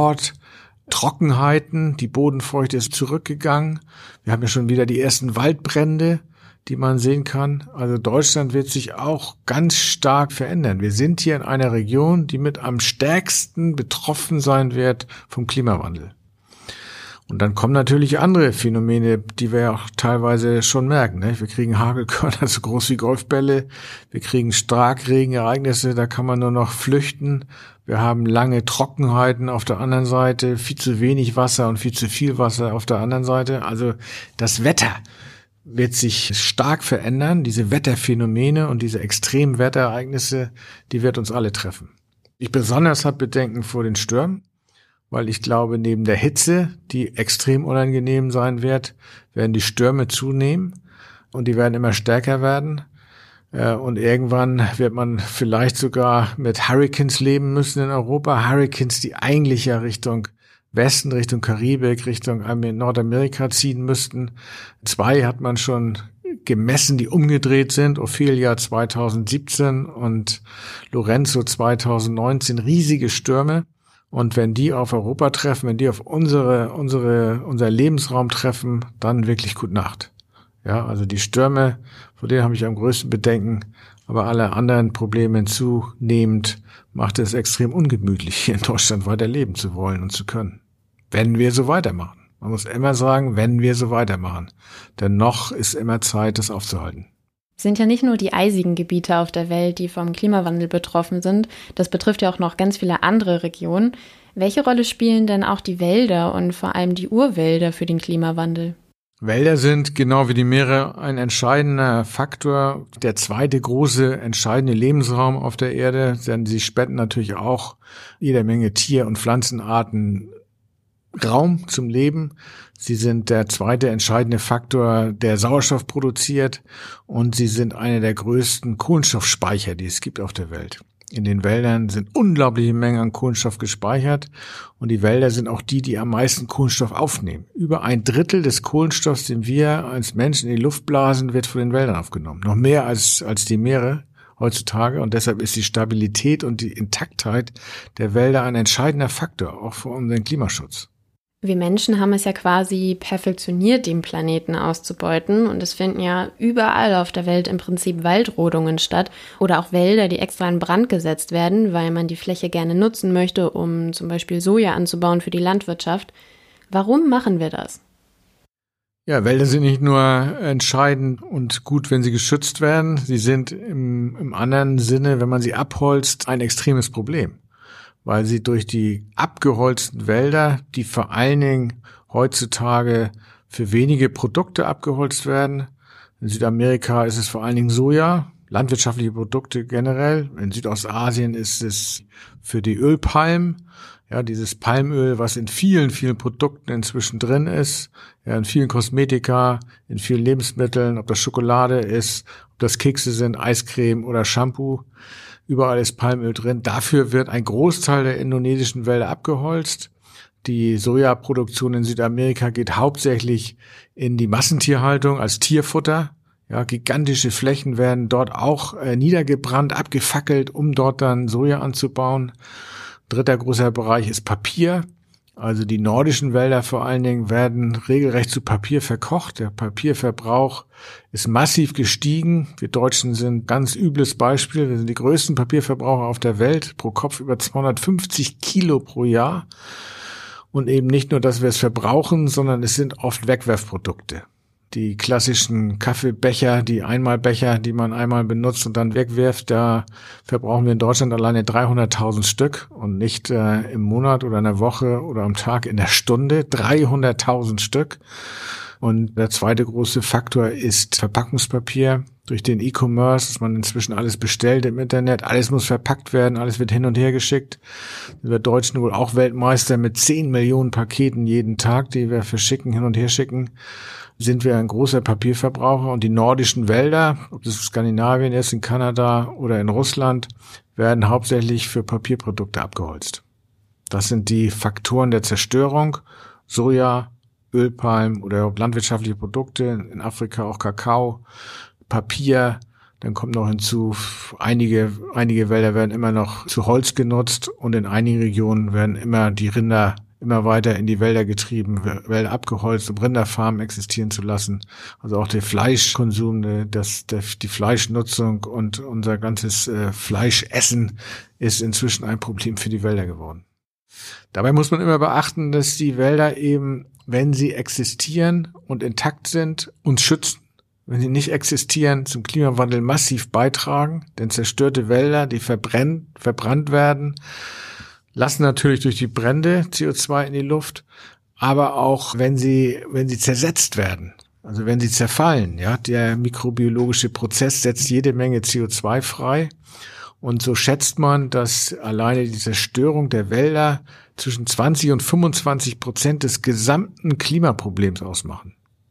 Rekordtrockenheiten, die Bodenfeuchte ist zurückgegangen. Wir haben ja schon wieder die ersten Waldbrände, die man sehen kann. Also Deutschland wird sich auch ganz stark verändern. Wir sind hier in einer Region, die mit am stärksten betroffen sein wird vom Klimawandel. Und dann kommen natürlich andere Phänomene, die wir ja auch teilweise schon merken. Ne? Wir kriegen Hagelkörner so groß wie Golfbälle. Wir kriegen Starkregenereignisse, da kann man nur noch flüchten. Wir haben lange Trockenheiten auf der anderen Seite, viel zu wenig Wasser und viel zu viel Wasser auf der anderen Seite. Also das Wetter wird sich stark verändern. Diese Wetterphänomene und diese extremen Wetterereignisse, die wird uns alle treffen. Ich besonders habe Bedenken vor den Stürmen, weil ich glaube, neben der Hitze, die extrem unangenehm sein wird, werden die Stürme zunehmen und die werden immer stärker werden. Und irgendwann wird man vielleicht sogar mit Hurricanes leben müssen in Europa. Hurricanes, die eigentlich ja Richtung Westen, Richtung Karibik, Richtung Nordamerika ziehen müssten. Zwei hat man schon gemessen, die umgedreht sind. Ophelia zweitausendsiebzehn und Lorenzo zweitausendneunzehn. Riesige Stürme. Und wenn die auf Europa treffen, wenn die auf unsere, unsere, unser Lebensraum treffen, dann wirklich gute Nacht. Ja, also die Stürme, vor denen habe ich am größten Bedenken, aber alle anderen Probleme hinzunehmend macht es extrem ungemütlich, hier in Deutschland weiter leben zu wollen und zu können. Wenn wir so weitermachen. Man muss immer sagen, wenn wir so weitermachen. Denn noch ist immer Zeit, das aufzuhalten. Es sind ja nicht nur die eisigen Gebiete auf der Welt, die vom Klimawandel betroffen sind. Das betrifft ja auch noch ganz viele andere Regionen. Welche Rolle spielen denn auch die Wälder und vor allem die Urwälder für den Klimawandel? Wälder sind genau wie die Meere ein entscheidender Faktor, der zweite große entscheidende Lebensraum auf der Erde, denn sie spenden natürlich auch jeder Menge Tier- und Pflanzenarten Raum zum Leben. Sie sind der zweite entscheidende Faktor, der Sauerstoff produziert, und sie sind eine der größten Kohlenstoffspeicher, die es gibt auf der Welt. In den Wäldern sind unglaubliche Mengen an Kohlenstoff gespeichert, und die Wälder sind auch die, die am meisten Kohlenstoff aufnehmen. Über ein Drittel des Kohlenstoffs, den wir als Menschen in die Luft blasen, wird von den Wäldern aufgenommen. Noch mehr als, als die Meere heutzutage, und deshalb ist die Stabilität und die Intaktheit der Wälder ein entscheidender Faktor, auch für unseren Klimaschutz. Wir Menschen haben es ja quasi perfektioniert, den Planeten auszubeuten, und es finden ja überall auf der Welt im Prinzip Waldrodungen statt oder auch Wälder, die extra in Brand gesetzt werden, weil man die Fläche gerne nutzen möchte, um zum Beispiel Soja anzubauen für die Landwirtschaft. Warum machen wir das? Ja, Wälder sind nicht nur entscheidend und gut, wenn sie geschützt werden, sie sind im, im anderen Sinne, wenn man sie abholzt, ein extremes Problem. Weil sie durch die abgeholzten Wälder, die vor allen Dingen heutzutage für wenige Produkte abgeholzt werden. In Südamerika ist es vor allen Dingen Soja, landwirtschaftliche Produkte generell. In Südostasien ist es für die Ölpalmen, ja, dieses Palmöl, was in vielen, vielen Produkten inzwischen drin ist, ja, in vielen Kosmetika, in vielen Lebensmitteln, ob das Schokolade ist, ob das Kekse sind, Eiscreme oder Shampoo. Überall ist Palmöl drin. Dafür wird ein Großteil der indonesischen Wälder abgeholzt. Die Sojaproduktion in Südamerika geht hauptsächlich in die Massentierhaltung als Tierfutter. Ja, gigantische Flächen werden dort auch äh, niedergebrannt, abgefackelt, um dort dann Soja anzubauen. Dritter großer Bereich ist Papier. Also die nordischen Wälder vor allen Dingen werden regelrecht zu Papier verkocht. Der Papierverbrauch ist massiv gestiegen. Wir Deutschen sind ganz übles Beispiel. Wir sind die größten Papierverbraucher auf der Welt. Pro Kopf über zweihundertfünfzig Kilo pro Jahr. Und eben nicht nur, dass wir es verbrauchen, sondern es sind oft Wegwerfprodukte. Die klassischen Kaffeebecher, die Einmalbecher, die man einmal benutzt und dann wegwirft, da verbrauchen wir in Deutschland alleine dreihunderttausend Stück und nicht äh, im Monat oder in der Woche oder am Tag, in der Stunde. dreihunderttausend Stück. Und der zweite große Faktor ist Verpackungspapier. Durch den E-Commerce, dass man inzwischen alles bestellt im Internet, alles muss verpackt werden, alles wird hin und her geschickt. Wir Deutschen wohl auch Weltmeister mit zehn Millionen Paketen jeden Tag, die wir verschicken, hin und her schicken. Sind wir ein großer Papierverbraucher, und die nordischen Wälder, ob das in Skandinavien ist, in Kanada oder in Russland, werden hauptsächlich für Papierprodukte abgeholzt. Das sind die Faktoren der Zerstörung. Soja, Ölpalmen oder landwirtschaftliche Produkte, in Afrika auch Kakao, Papier. Dann kommt noch hinzu, einige, einige Wälder werden immer noch zu Holz genutzt, und in einigen Regionen werden immer die Rinder immer weiter in die Wälder getrieben, Wälder abgeholzt, um Rinderfarmen existieren zu lassen. Also auch der Fleischkonsum, das, der, die Fleischnutzung und unser ganzes äh, Fleischessen ist inzwischen ein Problem für die Wälder geworden. Dabei muss man immer beachten, dass die Wälder eben, wenn sie existieren und intakt sind, uns schützen. Wenn sie nicht existieren, zum Klimawandel massiv beitragen, denn zerstörte Wälder, die verbrennt, verbrannt werden, lassen natürlich durch die Brände C O zwei in die Luft, aber auch wenn sie, wenn sie zersetzt werden, also wenn sie zerfallen, ja, der mikrobiologische Prozess setzt jede Menge C O zwei frei. Und so schätzt man, dass alleine die Zerstörung der Wälder zwischen zwanzig und fünfundzwanzig Prozent des gesamten Klimaproblems ausmachen.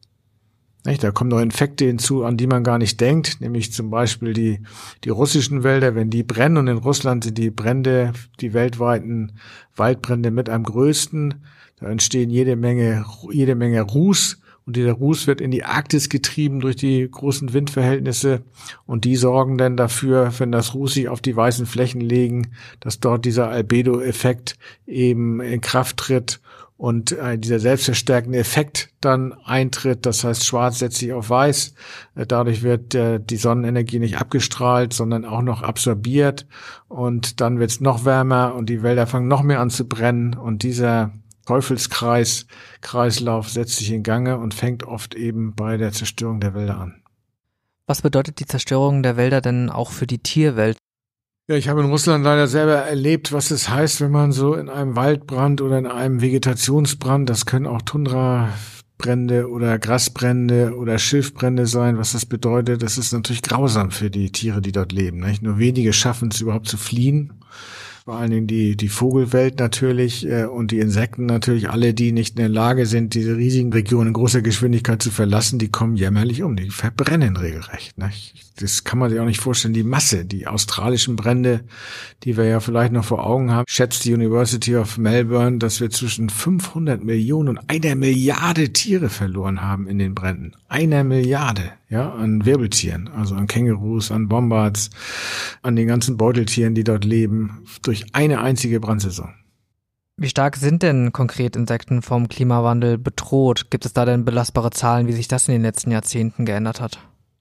Da kommen noch Effekte hinzu, an die man gar nicht denkt, nämlich zum Beispiel die, die russischen Wälder, wenn die brennen, und in Russland sind die Brände, die weltweiten Waldbrände mit am größten, da entstehen jede Menge, jede Menge Ruß, und dieser Ruß wird in die Arktis getrieben durch die großen Windverhältnisse, und die sorgen dann dafür, wenn das Ruß sich auf die weißen Flächen legen, dass dort dieser Albedo-Effekt eben in Kraft tritt und äh, dieser selbstverstärkende Effekt dann eintritt. Das heißt, schwarz setzt sich auf weiß. Äh, dadurch wird äh, die Sonnenenergie nicht abgestrahlt, sondern auch noch absorbiert. Und dann wird es noch wärmer und die Wälder fangen noch mehr an zu brennen. Und dieser Teufelskreis, Kreislauf setzt sich in Gange und fängt oft eben bei der Zerstörung der Wälder an. Was bedeutet die Zerstörung der Wälder denn auch für die Tierwelt? Ja, ich habe in Russland leider selber erlebt, was es heißt, wenn man so in einem Waldbrand oder in einem Vegetationsbrand, das können auch Tundrabrände oder Grasbrände oder Schilfbrände sein, was das bedeutet. Das ist natürlich grausam für die Tiere, die dort leben, nicht? Nur wenige schaffen es überhaupt zu fliehen. Vor allen Dingen die, die Vogelwelt natürlich äh, und die Insekten natürlich, alle, die nicht in der Lage sind, diese riesigen Regionen in großer Geschwindigkeit zu verlassen, die kommen jämmerlich um, die verbrennen regelrecht. Ne? Das kann man sich auch nicht vorstellen. Die Masse, die australischen Brände, die wir ja vielleicht noch vor Augen haben, schätzt die University of Melbourne, dass wir zwischen fünfhundert Millionen und einer Milliarde Tiere verloren haben in den Bränden. Einer Milliarde, ja, an Wirbeltieren, also an Kängurus, an Bombards, an den ganzen Beuteltieren, die dort leben, durch eine einzige Brandsaison. Wie stark sind denn konkret Insekten vom Klimawandel bedroht? Gibt es da denn belastbare Zahlen, wie sich das in den letzten Jahrzehnten geändert hat?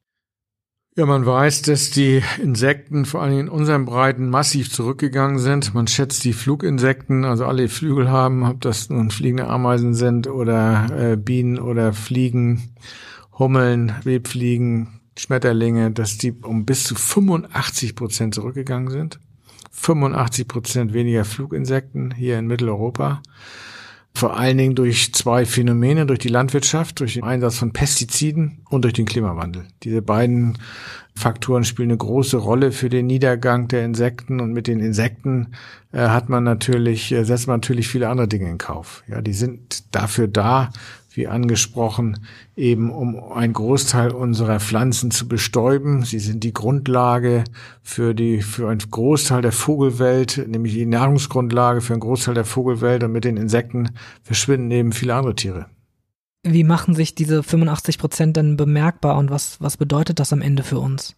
Ja, man weiß, dass die Insekten vor allem in unseren Breiten massiv zurückgegangen sind. Man schätzt die Fluginsekten, also alle Flügel haben, ob das nun fliegende Ameisen sind oder äh, Bienen oder Fliegen, Hummeln, Webfliegen, Schmetterlinge, dass die um bis zu fünfundachtzig Prozent zurückgegangen sind. fünfundachtzig Prozent weniger Fluginsekten hier in Mitteleuropa. Vor allen Dingen durch zwei Phänomene, durch die Landwirtschaft, durch den Einsatz von Pestiziden und durch den Klimawandel. Diese beiden Faktoren spielen eine große Rolle für den Niedergang der Insekten, und mit den Insekten äh, hat man natürlich, äh, setzt man natürlich viele andere Dinge in Kauf. Ja, die sind dafür da, wie angesprochen, eben um einen Großteil unserer Pflanzen zu bestäuben. Sie sind die Grundlage für die, für einen Großteil der Vogelwelt, nämlich die Nahrungsgrundlage für einen Großteil der Vogelwelt, und mit den Insekten verschwinden eben viele andere Tiere. Wie machen sich diese fünfundachtzig Prozent denn bemerkbar, und was, was bedeutet das am Ende für uns?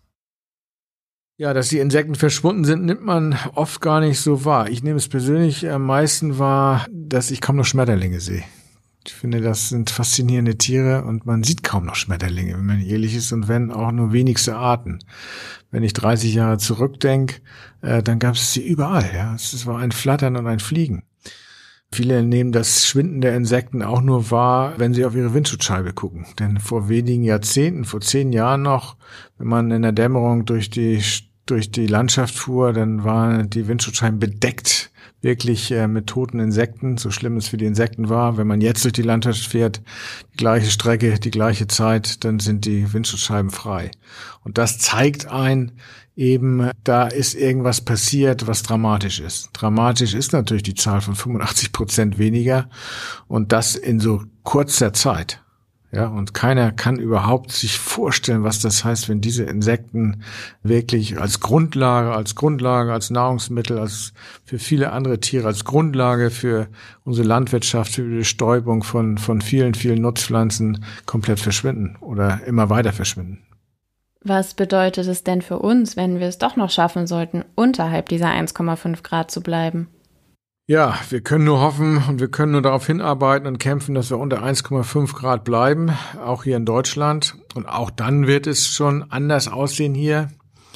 Ja, dass die Insekten verschwunden sind, nimmt man oft gar nicht so wahr. Ich nehme es persönlich am meisten wahr, dass ich kaum noch Schmetterlinge sehe. Ich finde, das sind faszinierende Tiere, und man sieht kaum noch Schmetterlinge, wenn man ehrlich ist, und wenn auch nur wenigste Arten. Wenn ich dreißig Jahre zurückdenke, äh, dann gab es sie überall. Ja, es war ein Flattern und ein Fliegen. Viele nehmen das Schwinden der Insekten auch nur wahr, wenn sie auf ihre Windschutzscheibe gucken. Denn vor wenigen Jahrzehnten, vor zehn Jahren noch, wenn man in der Dämmerung durch die durch die Landschaft fuhr, dann waren die Windschutzscheiben bedeckt, wirklich äh, mit toten Insekten, so schlimm es für die Insekten war. Wenn man jetzt durch die Landschaft fährt, die gleiche Strecke, die gleiche Zeit, dann sind die Windschutzscheiben frei. Und das zeigt ein, eben, da ist irgendwas passiert, was dramatisch ist. Dramatisch ist natürlich die Zahl von fünfundachtzig Prozent weniger, und das in so kurzer Zeit. Ja, und keiner kann überhaupt sich vorstellen, was das heißt, wenn diese Insekten wirklich als Grundlage, als Grundlage, als Nahrungsmittel, als für viele andere Tiere, als Grundlage für unsere Landwirtschaft, für die Bestäubung von, von vielen, vielen Nutzpflanzen komplett verschwinden oder immer weiter verschwinden. Was bedeutet es denn für uns, wenn wir es doch noch schaffen sollten, unterhalb dieser eins Komma fünf Grad zu bleiben? Ja, wir können nur hoffen und wir können nur darauf hinarbeiten und kämpfen, dass wir unter eins Komma fünf Grad bleiben, auch hier in Deutschland. Und auch dann wird es schon anders aussehen hier.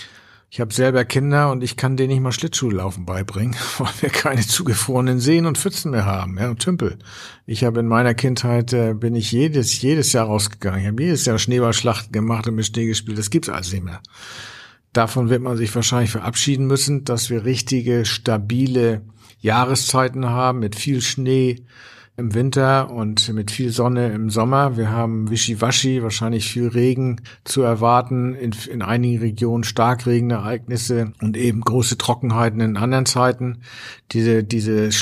Ich habe selber Kinder und ich kann denen nicht mal Schlittschuhlaufen beibringen, weil wir keine zugefrorenen Seen und Pfützen mehr haben, ja, und Tümpel. Ich habe in meiner Kindheit, äh, bin ich jedes jedes Jahr rausgegangen. Ich habe jedes Jahr Schneeballschlachten gemacht und mit Schnee gespielt. Das gibt's alles nicht mehr. Davon wird man sich wahrscheinlich verabschieden müssen, dass wir richtige, stabile Jahreszeiten haben mit viel Schnee im Winter und mit viel Sonne im Sommer. Wir haben Wischiwaschi, wahrscheinlich viel Regen zu erwarten, in, in einigen Regionen Starkregenereignisse und eben große Trockenheiten in anderen Zeiten. Diese, diese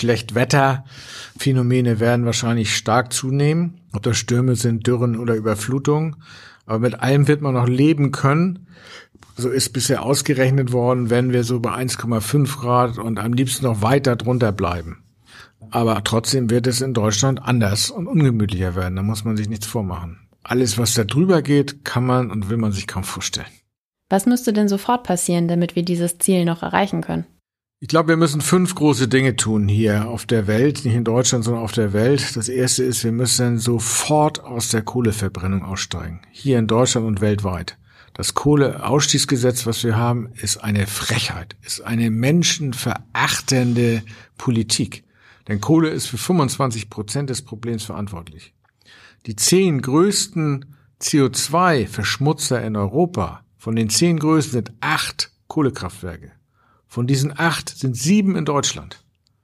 Schlechtwetterphänomene werden wahrscheinlich stark zunehmen, ob das Stürme sind, Dürren oder Überflutungen. Aber mit allem wird man noch leben können. So ist bisher ausgerechnet worden, wenn wir so bei eins Komma fünf Grad und am liebsten noch weiter drunter bleiben. Aber trotzdem wird es in Deutschland anders und ungemütlicher werden. Da muss man sich nichts vormachen. Alles, was da drüber geht, kann man und will man sich kaum vorstellen. Was müsste denn sofort passieren, damit wir dieses Ziel noch erreichen können? Ich glaube, wir müssen fünf große Dinge tun hier auf der Welt, nicht in Deutschland, sondern auf der Welt. Das erste ist, wir müssen sofort aus der Kohleverbrennung aussteigen. Hier in Deutschland und weltweit. Das Kohleausstiegsgesetz, was wir haben, ist eine Frechheit, ist eine menschenverachtende Politik. Denn Kohle ist für fünfundzwanzig Prozent des Problems verantwortlich. Die zehn größten C O zwei Verschmutzer in Europa, von den zehn größten sind acht Kohlekraftwerke. Von diesen acht sind sieben in Deutschland.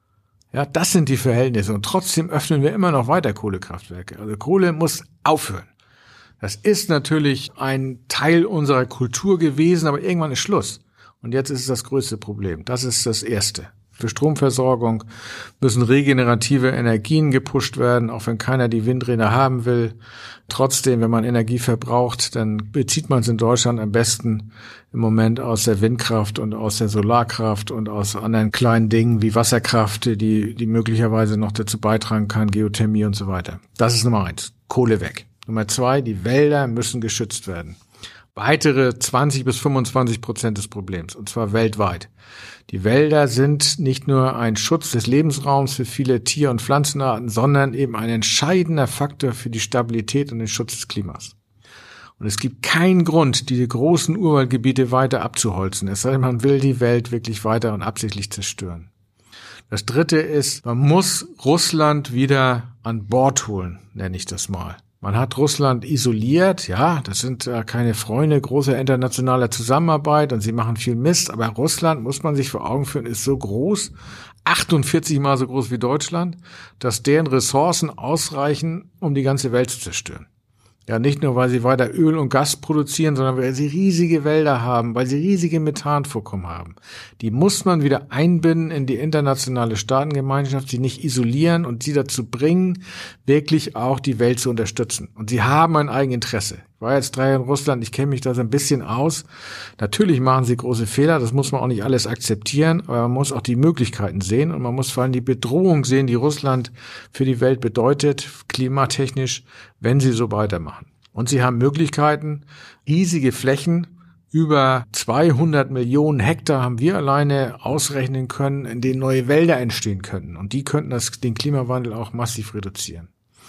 Ja, das sind die Verhältnisse. Und trotzdem öffnen wir immer noch weiter Kohlekraftwerke. Also Kohle muss aufhören. Das ist natürlich ein Teil unserer Kultur gewesen, aber irgendwann ist Schluss. Und jetzt ist es das größte Problem. Das ist das Erste. Für Stromversorgung müssen regenerative Energien gepusht werden, auch wenn keiner die Windräder haben will. Trotzdem, wenn man Energie verbraucht, dann bezieht man es in Deutschland am besten im Moment aus der Windkraft und aus der Solarkraft und aus anderen kleinen Dingen wie Wasserkraft, die, die möglicherweise noch dazu beitragen kann, Geothermie und so weiter. Das ist Nummer eins. Kohle weg. Nummer zwei, die Wälder müssen geschützt werden. Weitere zwanzig bis fünfundzwanzig Prozent des Problems, und zwar weltweit. Die Wälder sind nicht nur ein Schutz des Lebensraums für viele Tier- und Pflanzenarten, sondern eben ein entscheidender Faktor für die Stabilität und den Schutz des Klimas. Und es gibt keinen Grund, diese großen Urwaldgebiete weiter abzuholzen, es sei denn, man will die Welt wirklich weiter und absichtlich zerstören. Das Dritte ist, man muss Russland wieder an Bord holen, nenne ich das mal. Man hat Russland isoliert, ja, das sind äh, keine Freunde großer internationaler Zusammenarbeit und sie machen viel Mist, aber Russland, muss man sich vor Augen führen, ist so groß, achtundvierzig Mal so groß wie Deutschland, dass deren Ressourcen ausreichen, um die ganze Welt zu zerstören. Ja, nicht nur, weil sie weiter Öl und Gas produzieren, sondern weil sie riesige Wälder haben, weil sie riesige Methanvorkommen haben. Die muss man wieder einbinden in die internationale Staatengemeinschaft, sie nicht isolieren und sie dazu bringen, wirklich auch die Welt zu unterstützen. Und sie haben ein Eigeninteresse. Ich war jetzt drei Jahre in Russland, ich kenne mich da so ein bisschen aus. Natürlich machen sie große Fehler, das muss man auch nicht alles akzeptieren, aber man muss auch die Möglichkeiten sehen und man muss vor allem die Bedrohung sehen, die Russland für die Welt bedeutet, klimatechnisch, wenn sie so weitermachen. Und sie haben Möglichkeiten, riesige Flächen, über zweihundert Millionen Hektar haben wir alleine ausrechnen können, in denen neue Wälder entstehen könnten. Und die könnten das, den Klimawandel auch massiv reduzieren.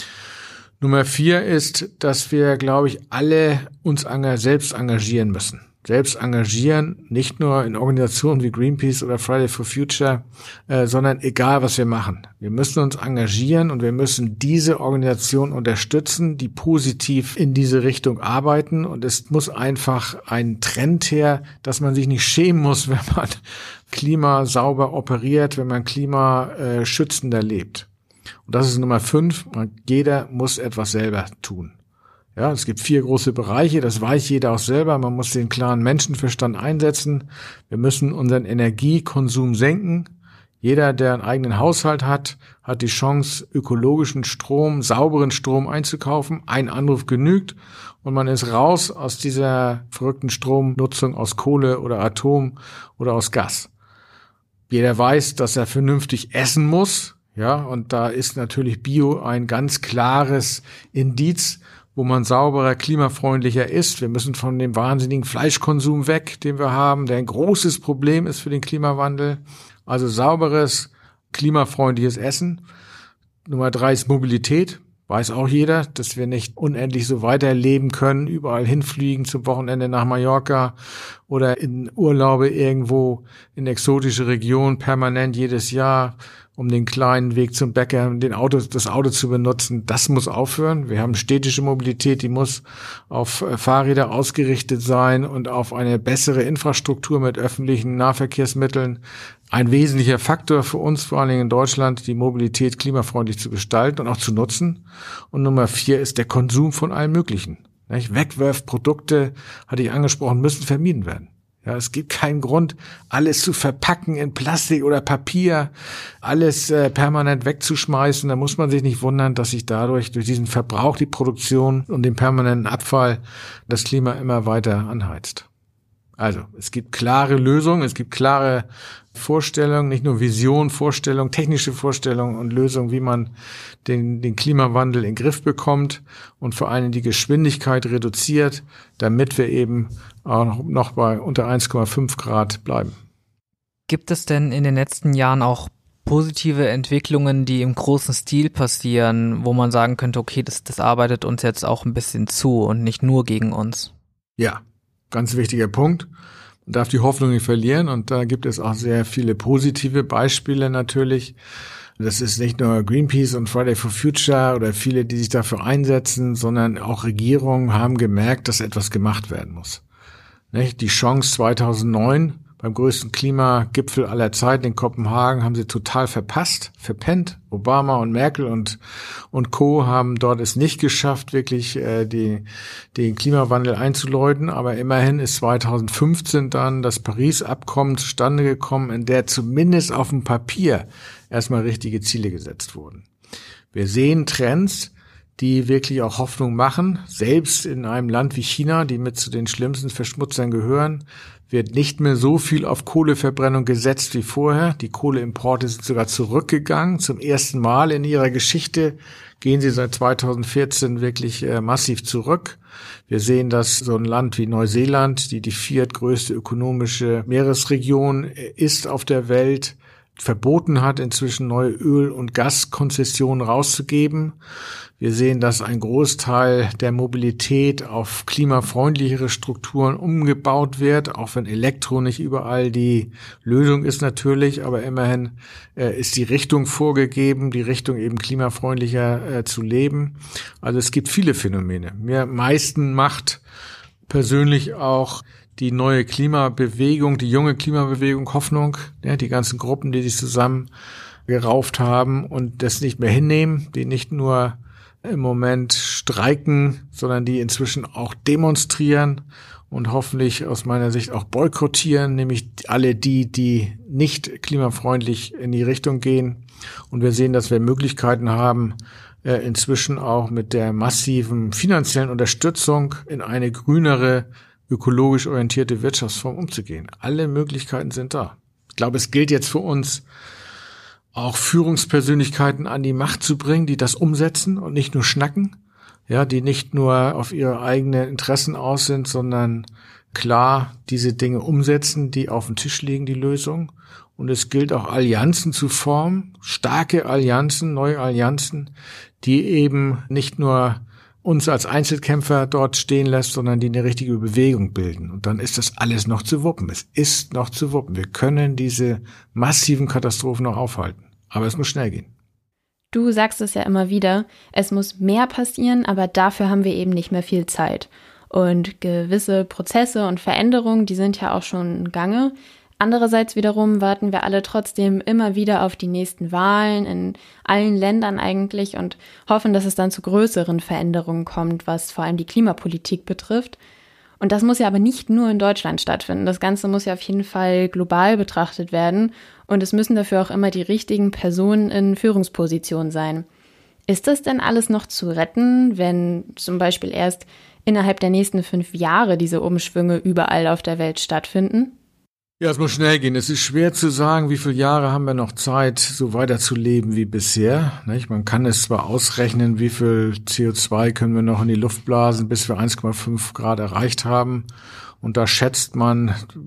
Nummer vier ist, dass wir, glaube ich, alle uns selbst engagieren müssen. Selbst engagieren, nicht nur in Organisationen wie Greenpeace oder Friday for Future, äh, sondern egal, was wir machen. Wir müssen uns engagieren und wir müssen diese Organisation unterstützen, die positiv in diese Richtung arbeiten. Und es muss einfach ein Trend her, dass man sich nicht schämen muss, wenn man klimasauber operiert, wenn man klimaschützender lebt. Und das ist Nummer fünf. Jeder muss etwas selber tun. Ja, es gibt vier große Bereiche, das weiß jeder auch selber. Man muss den klaren Menschenverstand einsetzen. Wir müssen unseren Energiekonsum senken. Jeder, der einen eigenen Haushalt hat, hat die Chance, ökologischen Strom, sauberen Strom einzukaufen. Ein Anruf genügt und man ist raus aus dieser verrückten Stromnutzung aus Kohle oder Atom oder aus Gas. Jeder weiß, dass er vernünftig essen muss. Ja, und da ist natürlich Bio ein ganz klares Indiz, wo man sauberer, klimafreundlicher ist. Wir müssen von dem wahnsinnigen Fleischkonsum weg, den wir haben, der ein großes Problem ist für den Klimawandel. Also sauberes, klimafreundliches Essen. Nummer drei ist Mobilität. Weiß auch jeder, dass wir nicht unendlich so weiterleben können, überall hinfliegen zum Wochenende nach Mallorca oder in Urlaube irgendwo in exotische Regionen permanent jedes Jahr, um den kleinen Weg zum Bäcker, den Auto, das Auto zu benutzen. Das muss aufhören. Wir haben städtische Mobilität, die muss auf Fahrräder ausgerichtet sein und auf eine bessere Infrastruktur mit öffentlichen Nahverkehrsmitteln. Ein wesentlicher Faktor für uns, vor allen Dingen in Deutschland, die Mobilität klimafreundlich zu gestalten und auch zu nutzen. Und Nummer vier ist der Konsum von allem Möglichen. Wegwerfprodukte, hatte ich angesprochen, müssen vermieden werden. Ja, es gibt keinen Grund, alles zu verpacken in Plastik oder Papier, alles äh, permanent wegzuschmeißen. Da muss man sich nicht wundern, dass sich dadurch, durch diesen Verbrauch, die Produktion und den permanenten Abfall das Klima immer weiter anheizt. Also, es gibt klare Lösungen, es gibt klare Vorstellungen, nicht nur Vision, Vorstellungen, technische Vorstellungen und Lösungen, wie man den, den Klimawandel in den Griff bekommt und vor allem die Geschwindigkeit reduziert, damit wir eben auch noch bei unter eins Komma fünf Grad bleiben. Gibt es denn in den letzten Jahren auch positive Entwicklungen, die im großen Stil passieren, wo man sagen könnte, okay, das, das arbeitet uns jetzt auch ein bisschen zu und nicht nur gegen uns? Ja, ganz wichtiger Punkt. Man darf die Hoffnung nicht verlieren und da gibt es auch sehr viele positive Beispiele natürlich. Das ist nicht nur Greenpeace und Friday for Future oder viele, die sich dafür einsetzen, sondern auch Regierungen haben gemerkt, dass etwas gemacht werden muss. Die Chance zweitausendneun beim größten Klimagipfel aller Zeiten in Kopenhagen haben sie total verpasst, verpennt. Obama und Merkel und und Co. haben dort es nicht geschafft, wirklich äh, die den Klimawandel einzuläuten. Aber immerhin ist zweitausendfünfzehn dann das Paris-Abkommen zustande gekommen, in der zumindest auf dem Papier erstmal richtige Ziele gesetzt wurden. Wir sehen Trends, die wirklich auch Hoffnung machen. Selbst in einem Land wie China, die mit zu den schlimmsten Verschmutzern gehören, wird nicht mehr so viel auf Kohleverbrennung gesetzt wie vorher. Die Kohleimporte sind sogar zurückgegangen. Zum ersten Mal in ihrer Geschichte gehen sie seit zweitausendvierzehn wirklich äh, massiv zurück. Wir sehen, dass so ein Land wie Neuseeland, die die viertgrößte ökonomische Meeresregion ist auf der Welt, verboten hat, inzwischen neue Öl- und Gaskonzessionen rauszugeben. Wir sehen, dass ein Großteil der Mobilität auf klimafreundlichere Strukturen umgebaut wird, auch wenn Elektro nicht überall die Lösung ist natürlich, aber immerhin äh, ist die Richtung vorgegeben, die Richtung eben klimafreundlicher äh, zu leben. Also es gibt viele Phänomene. Mir am meisten macht persönlich auch die neue Klimabewegung, die junge Klimabewegung Hoffnung, ja, die ganzen Gruppen, die sich zusammen gerauft haben und das nicht mehr hinnehmen, die nicht nur im Moment streiken, sondern die inzwischen auch demonstrieren und hoffentlich aus meiner Sicht auch boykottieren, nämlich alle die, die nicht klimafreundlich in die Richtung gehen. Und wir sehen, dass wir Möglichkeiten haben, äh, inzwischen auch mit der massiven finanziellen Unterstützung in eine grünere, ökologisch orientierte Wirtschaftsform umzugehen. Alle Möglichkeiten sind da. Ich glaube, es gilt jetzt für uns, auch Führungspersönlichkeiten an die Macht zu bringen, die das umsetzen und nicht nur schnacken, ja, die nicht nur auf ihre eigenen Interessen aus sind, sondern klar diese Dinge umsetzen, die auf dem Tisch liegen, die Lösung. Und es gilt auch Allianzen zu formen, starke Allianzen, neue Allianzen, die eben nicht nur uns als Einzelkämpfer dort stehen lässt, sondern die eine richtige Bewegung bilden. Und dann ist das alles noch zu wuppen. Es ist noch zu wuppen. Wir können diese massiven Katastrophen noch aufhalten. Aber es muss schnell gehen. Du sagst es ja immer wieder, es muss mehr passieren, aber dafür haben wir eben nicht mehr viel Zeit. Und gewisse Prozesse und Veränderungen, die sind ja auch schon in Gange. Andererseits wiederum warten wir alle trotzdem immer wieder auf die nächsten Wahlen in allen Ländern eigentlich und hoffen, dass es dann zu größeren Veränderungen kommt, was vor allem die Klimapolitik betrifft. Und das muss ja aber nicht nur in Deutschland stattfinden. Das Ganze muss ja auf jeden Fall global betrachtet werden und es müssen dafür auch immer die richtigen Personen in Führungspositionen sein. Ist das denn alles noch zu retten, wenn zum Beispiel erst innerhalb der nächsten fünf Jahre diese Umschwünge überall auf der Welt stattfinden? Ja, es muss schnell gehen. Es ist schwer zu sagen, wie viele Jahre haben wir noch Zeit, so weiterzuleben wie bisher. Man kann es zwar ausrechnen, wie viel C O zwei können wir noch in die Luft blasen, bis wir eins Komma fünf Grad erreicht haben. Und da schätzt man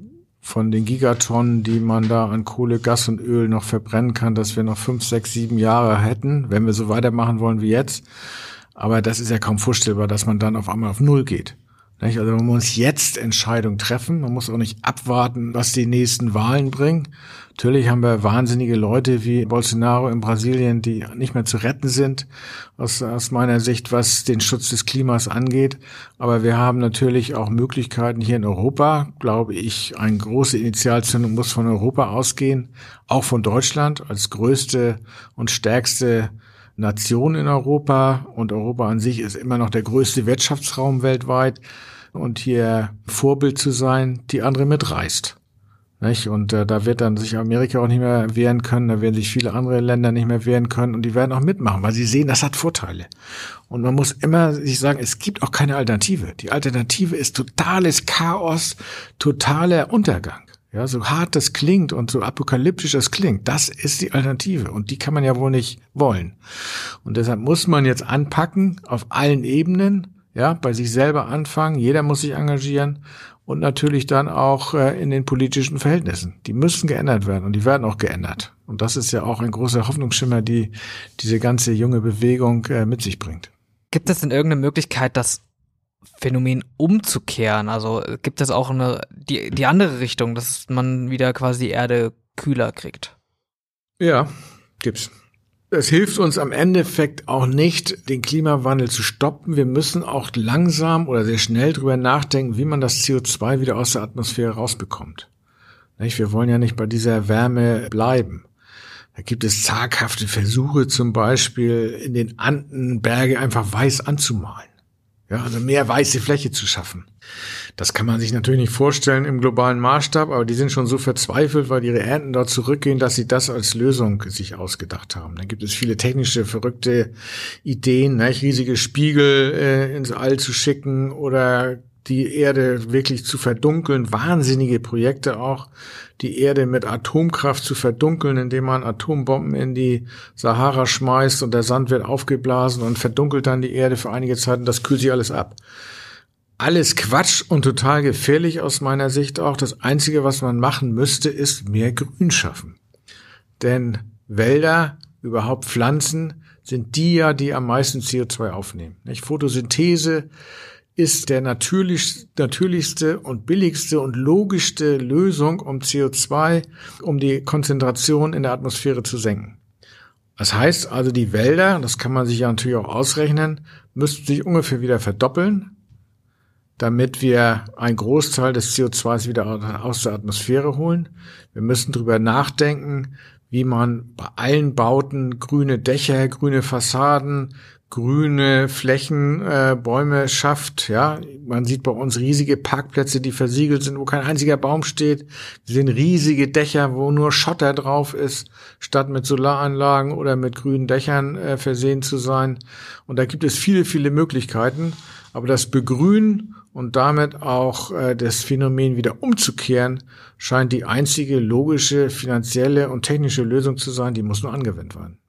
von den Gigatonnen, die man da an Kohle, Gas und Öl noch verbrennen kann, dass wir noch fünf, sechs, sieben Jahre hätten, wenn wir so weitermachen wollen wie jetzt. Aber das ist ja kaum vorstellbar, dass man dann auf einmal auf Null geht. Also man muss jetzt Entscheidungen treffen. Man muss auch nicht abwarten, was die nächsten Wahlen bringen. Natürlich haben wir wahnsinnige Leute wie Bolsonaro in Brasilien, die nicht mehr zu retten sind, aus, aus meiner Sicht, was den Schutz des Klimas angeht. Aber wir haben natürlich auch Möglichkeiten hier in Europa, glaube ich. Eine große Initialzündung muss von Europa ausgehen, auch von Deutschland als größte und stärkste Nation in Europa. Und Europa an sich ist immer noch der größte Wirtschaftsraum weltweit. Und hier Vorbild zu sein, die andere mitreißt. Nicht? Und äh, da wird dann sich Amerika auch nicht mehr wehren können, da werden sich viele andere Länder nicht mehr wehren können und die werden auch mitmachen, weil sie sehen, das hat Vorteile. Und man muss immer sich sagen, es gibt auch keine Alternative. Die Alternative ist totales Chaos, totaler Untergang. Ja, so hart das klingt und so apokalyptisch das klingt, das ist die Alternative und die kann man ja wohl nicht wollen. Und deshalb muss man jetzt anpacken auf allen Ebenen, ja, bei sich selber anfangen, jeder muss sich engagieren und natürlich dann auch äh, in den politischen Verhältnissen. Die müssen geändert werden und die werden auch geändert. Und das ist ja auch ein großer Hoffnungsschimmer, die diese ganze junge Bewegung äh, mit sich bringt. Gibt es denn irgendeine Möglichkeit, das Phänomen umzukehren? Also gibt es auch eine die die andere Richtung, dass man wieder quasi die Erde kühler kriegt? Ja, gibt's. Es hilft uns am Endeffekt auch nicht, den Klimawandel zu stoppen. Wir müssen auch langsam oder sehr schnell drüber nachdenken, wie man das C O zwei wieder aus der Atmosphäre rausbekommt. Wir wollen ja nicht bei dieser Wärme bleiben. Da gibt es zaghafte Versuche, zum Beispiel in den Anden Berge einfach weiß anzumalen. Ja, also mehr weiße Fläche zu schaffen. Das kann man sich natürlich nicht vorstellen im globalen Maßstab, aber die sind schon so verzweifelt, weil ihre Ernten dort zurückgehen, dass sie das als Lösung sich ausgedacht haben. Dann gibt es viele technische, verrückte Ideen, ne? Riesige Spiegel äh, ins All zu schicken oder die Erde wirklich zu verdunkeln. Wahnsinnige Projekte auch, die Erde mit Atomkraft zu verdunkeln, indem man Atombomben in die Sahara schmeißt und der Sand wird aufgeblasen und verdunkelt dann die Erde für einige Zeit und das kühlt sich alles ab. Alles Quatsch und total gefährlich aus meiner Sicht auch. Das Einzige, was man machen müsste, ist mehr Grün schaffen. Denn Wälder, überhaupt Pflanzen, sind die ja, die am meisten C O zwei aufnehmen. Nicht? Photosynthese ist der natürlich, natürlichste und billigste und logischste Lösung, um C O zwei, um die Konzentration in der Atmosphäre zu senken. Das heißt also, die Wälder, das kann man sich ja natürlich auch ausrechnen, müssten sich ungefähr wieder verdoppeln, damit wir einen Großteil des C O zwei wieder aus der Atmosphäre holen. Wir müssen drüber nachdenken, wie man bei allen Bauten grüne Dächer, grüne Fassaden, grüne Flächen, äh, Bäume schafft. Ja, man sieht bei uns riesige Parkplätze, die versiegelt sind, wo kein einziger Baum steht. Wir sehen riesige Dächer, wo nur Schotter drauf ist, statt mit Solaranlagen oder mit grünen Dächern äh, versehen zu sein. Und da gibt es viele, viele Möglichkeiten. Aber das Begrünen und damit auch äh, das Phänomen wieder umzukehren, scheint die einzige logische, finanzielle und technische Lösung zu sein. Die muss nur angewendet werden.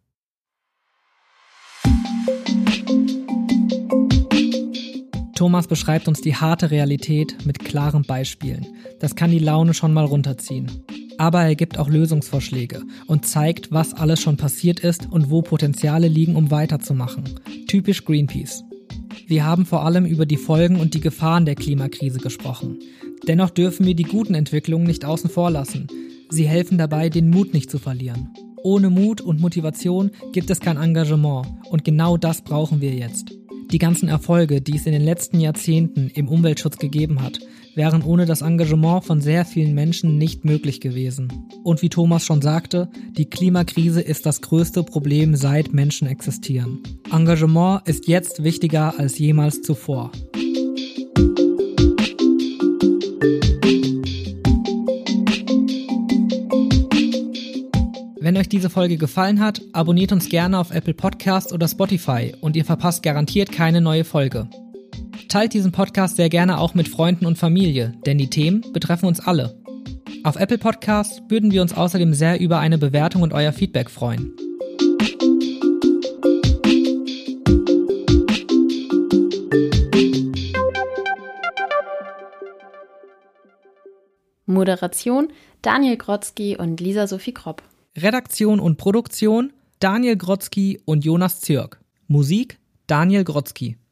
Thomas beschreibt uns die harte Realität mit klaren Beispielen. Das kann die Laune schon mal runterziehen. Aber er gibt auch Lösungsvorschläge und zeigt, was alles schon passiert ist und wo Potenziale liegen, um weiterzumachen. Typisch Greenpeace. Wir haben vor allem über die Folgen und die Gefahren der Klimakrise gesprochen. Dennoch dürfen wir die guten Entwicklungen nicht außen vor lassen. Sie helfen dabei, den Mut nicht zu verlieren. Ohne Mut und Motivation gibt es kein Engagement und genau das brauchen wir jetzt. Die ganzen Erfolge, die es in den letzten Jahrzehnten im Umweltschutz gegeben hat, wären ohne das Engagement von sehr vielen Menschen nicht möglich gewesen. Und wie Thomas schon sagte, die Klimakrise ist das größte Problem, seit Menschen existieren. Engagement ist jetzt wichtiger als jemals zuvor. Wenn euch diese Folge gefallen hat, abonniert uns gerne auf Apple Podcasts oder Spotify und ihr verpasst garantiert keine neue Folge. Teilt diesen Podcast sehr gerne auch mit Freunden und Familie, denn die Themen betreffen uns alle. Auf Apple Podcasts würden wir uns außerdem sehr über eine Bewertung und euer Feedback freuen. Moderation Daniel Grotzky und Lisa Sophie Kropp. Redaktion und Produktion Daniel Grotzky und Jonas Zirk. Musik Daniel Grotzky.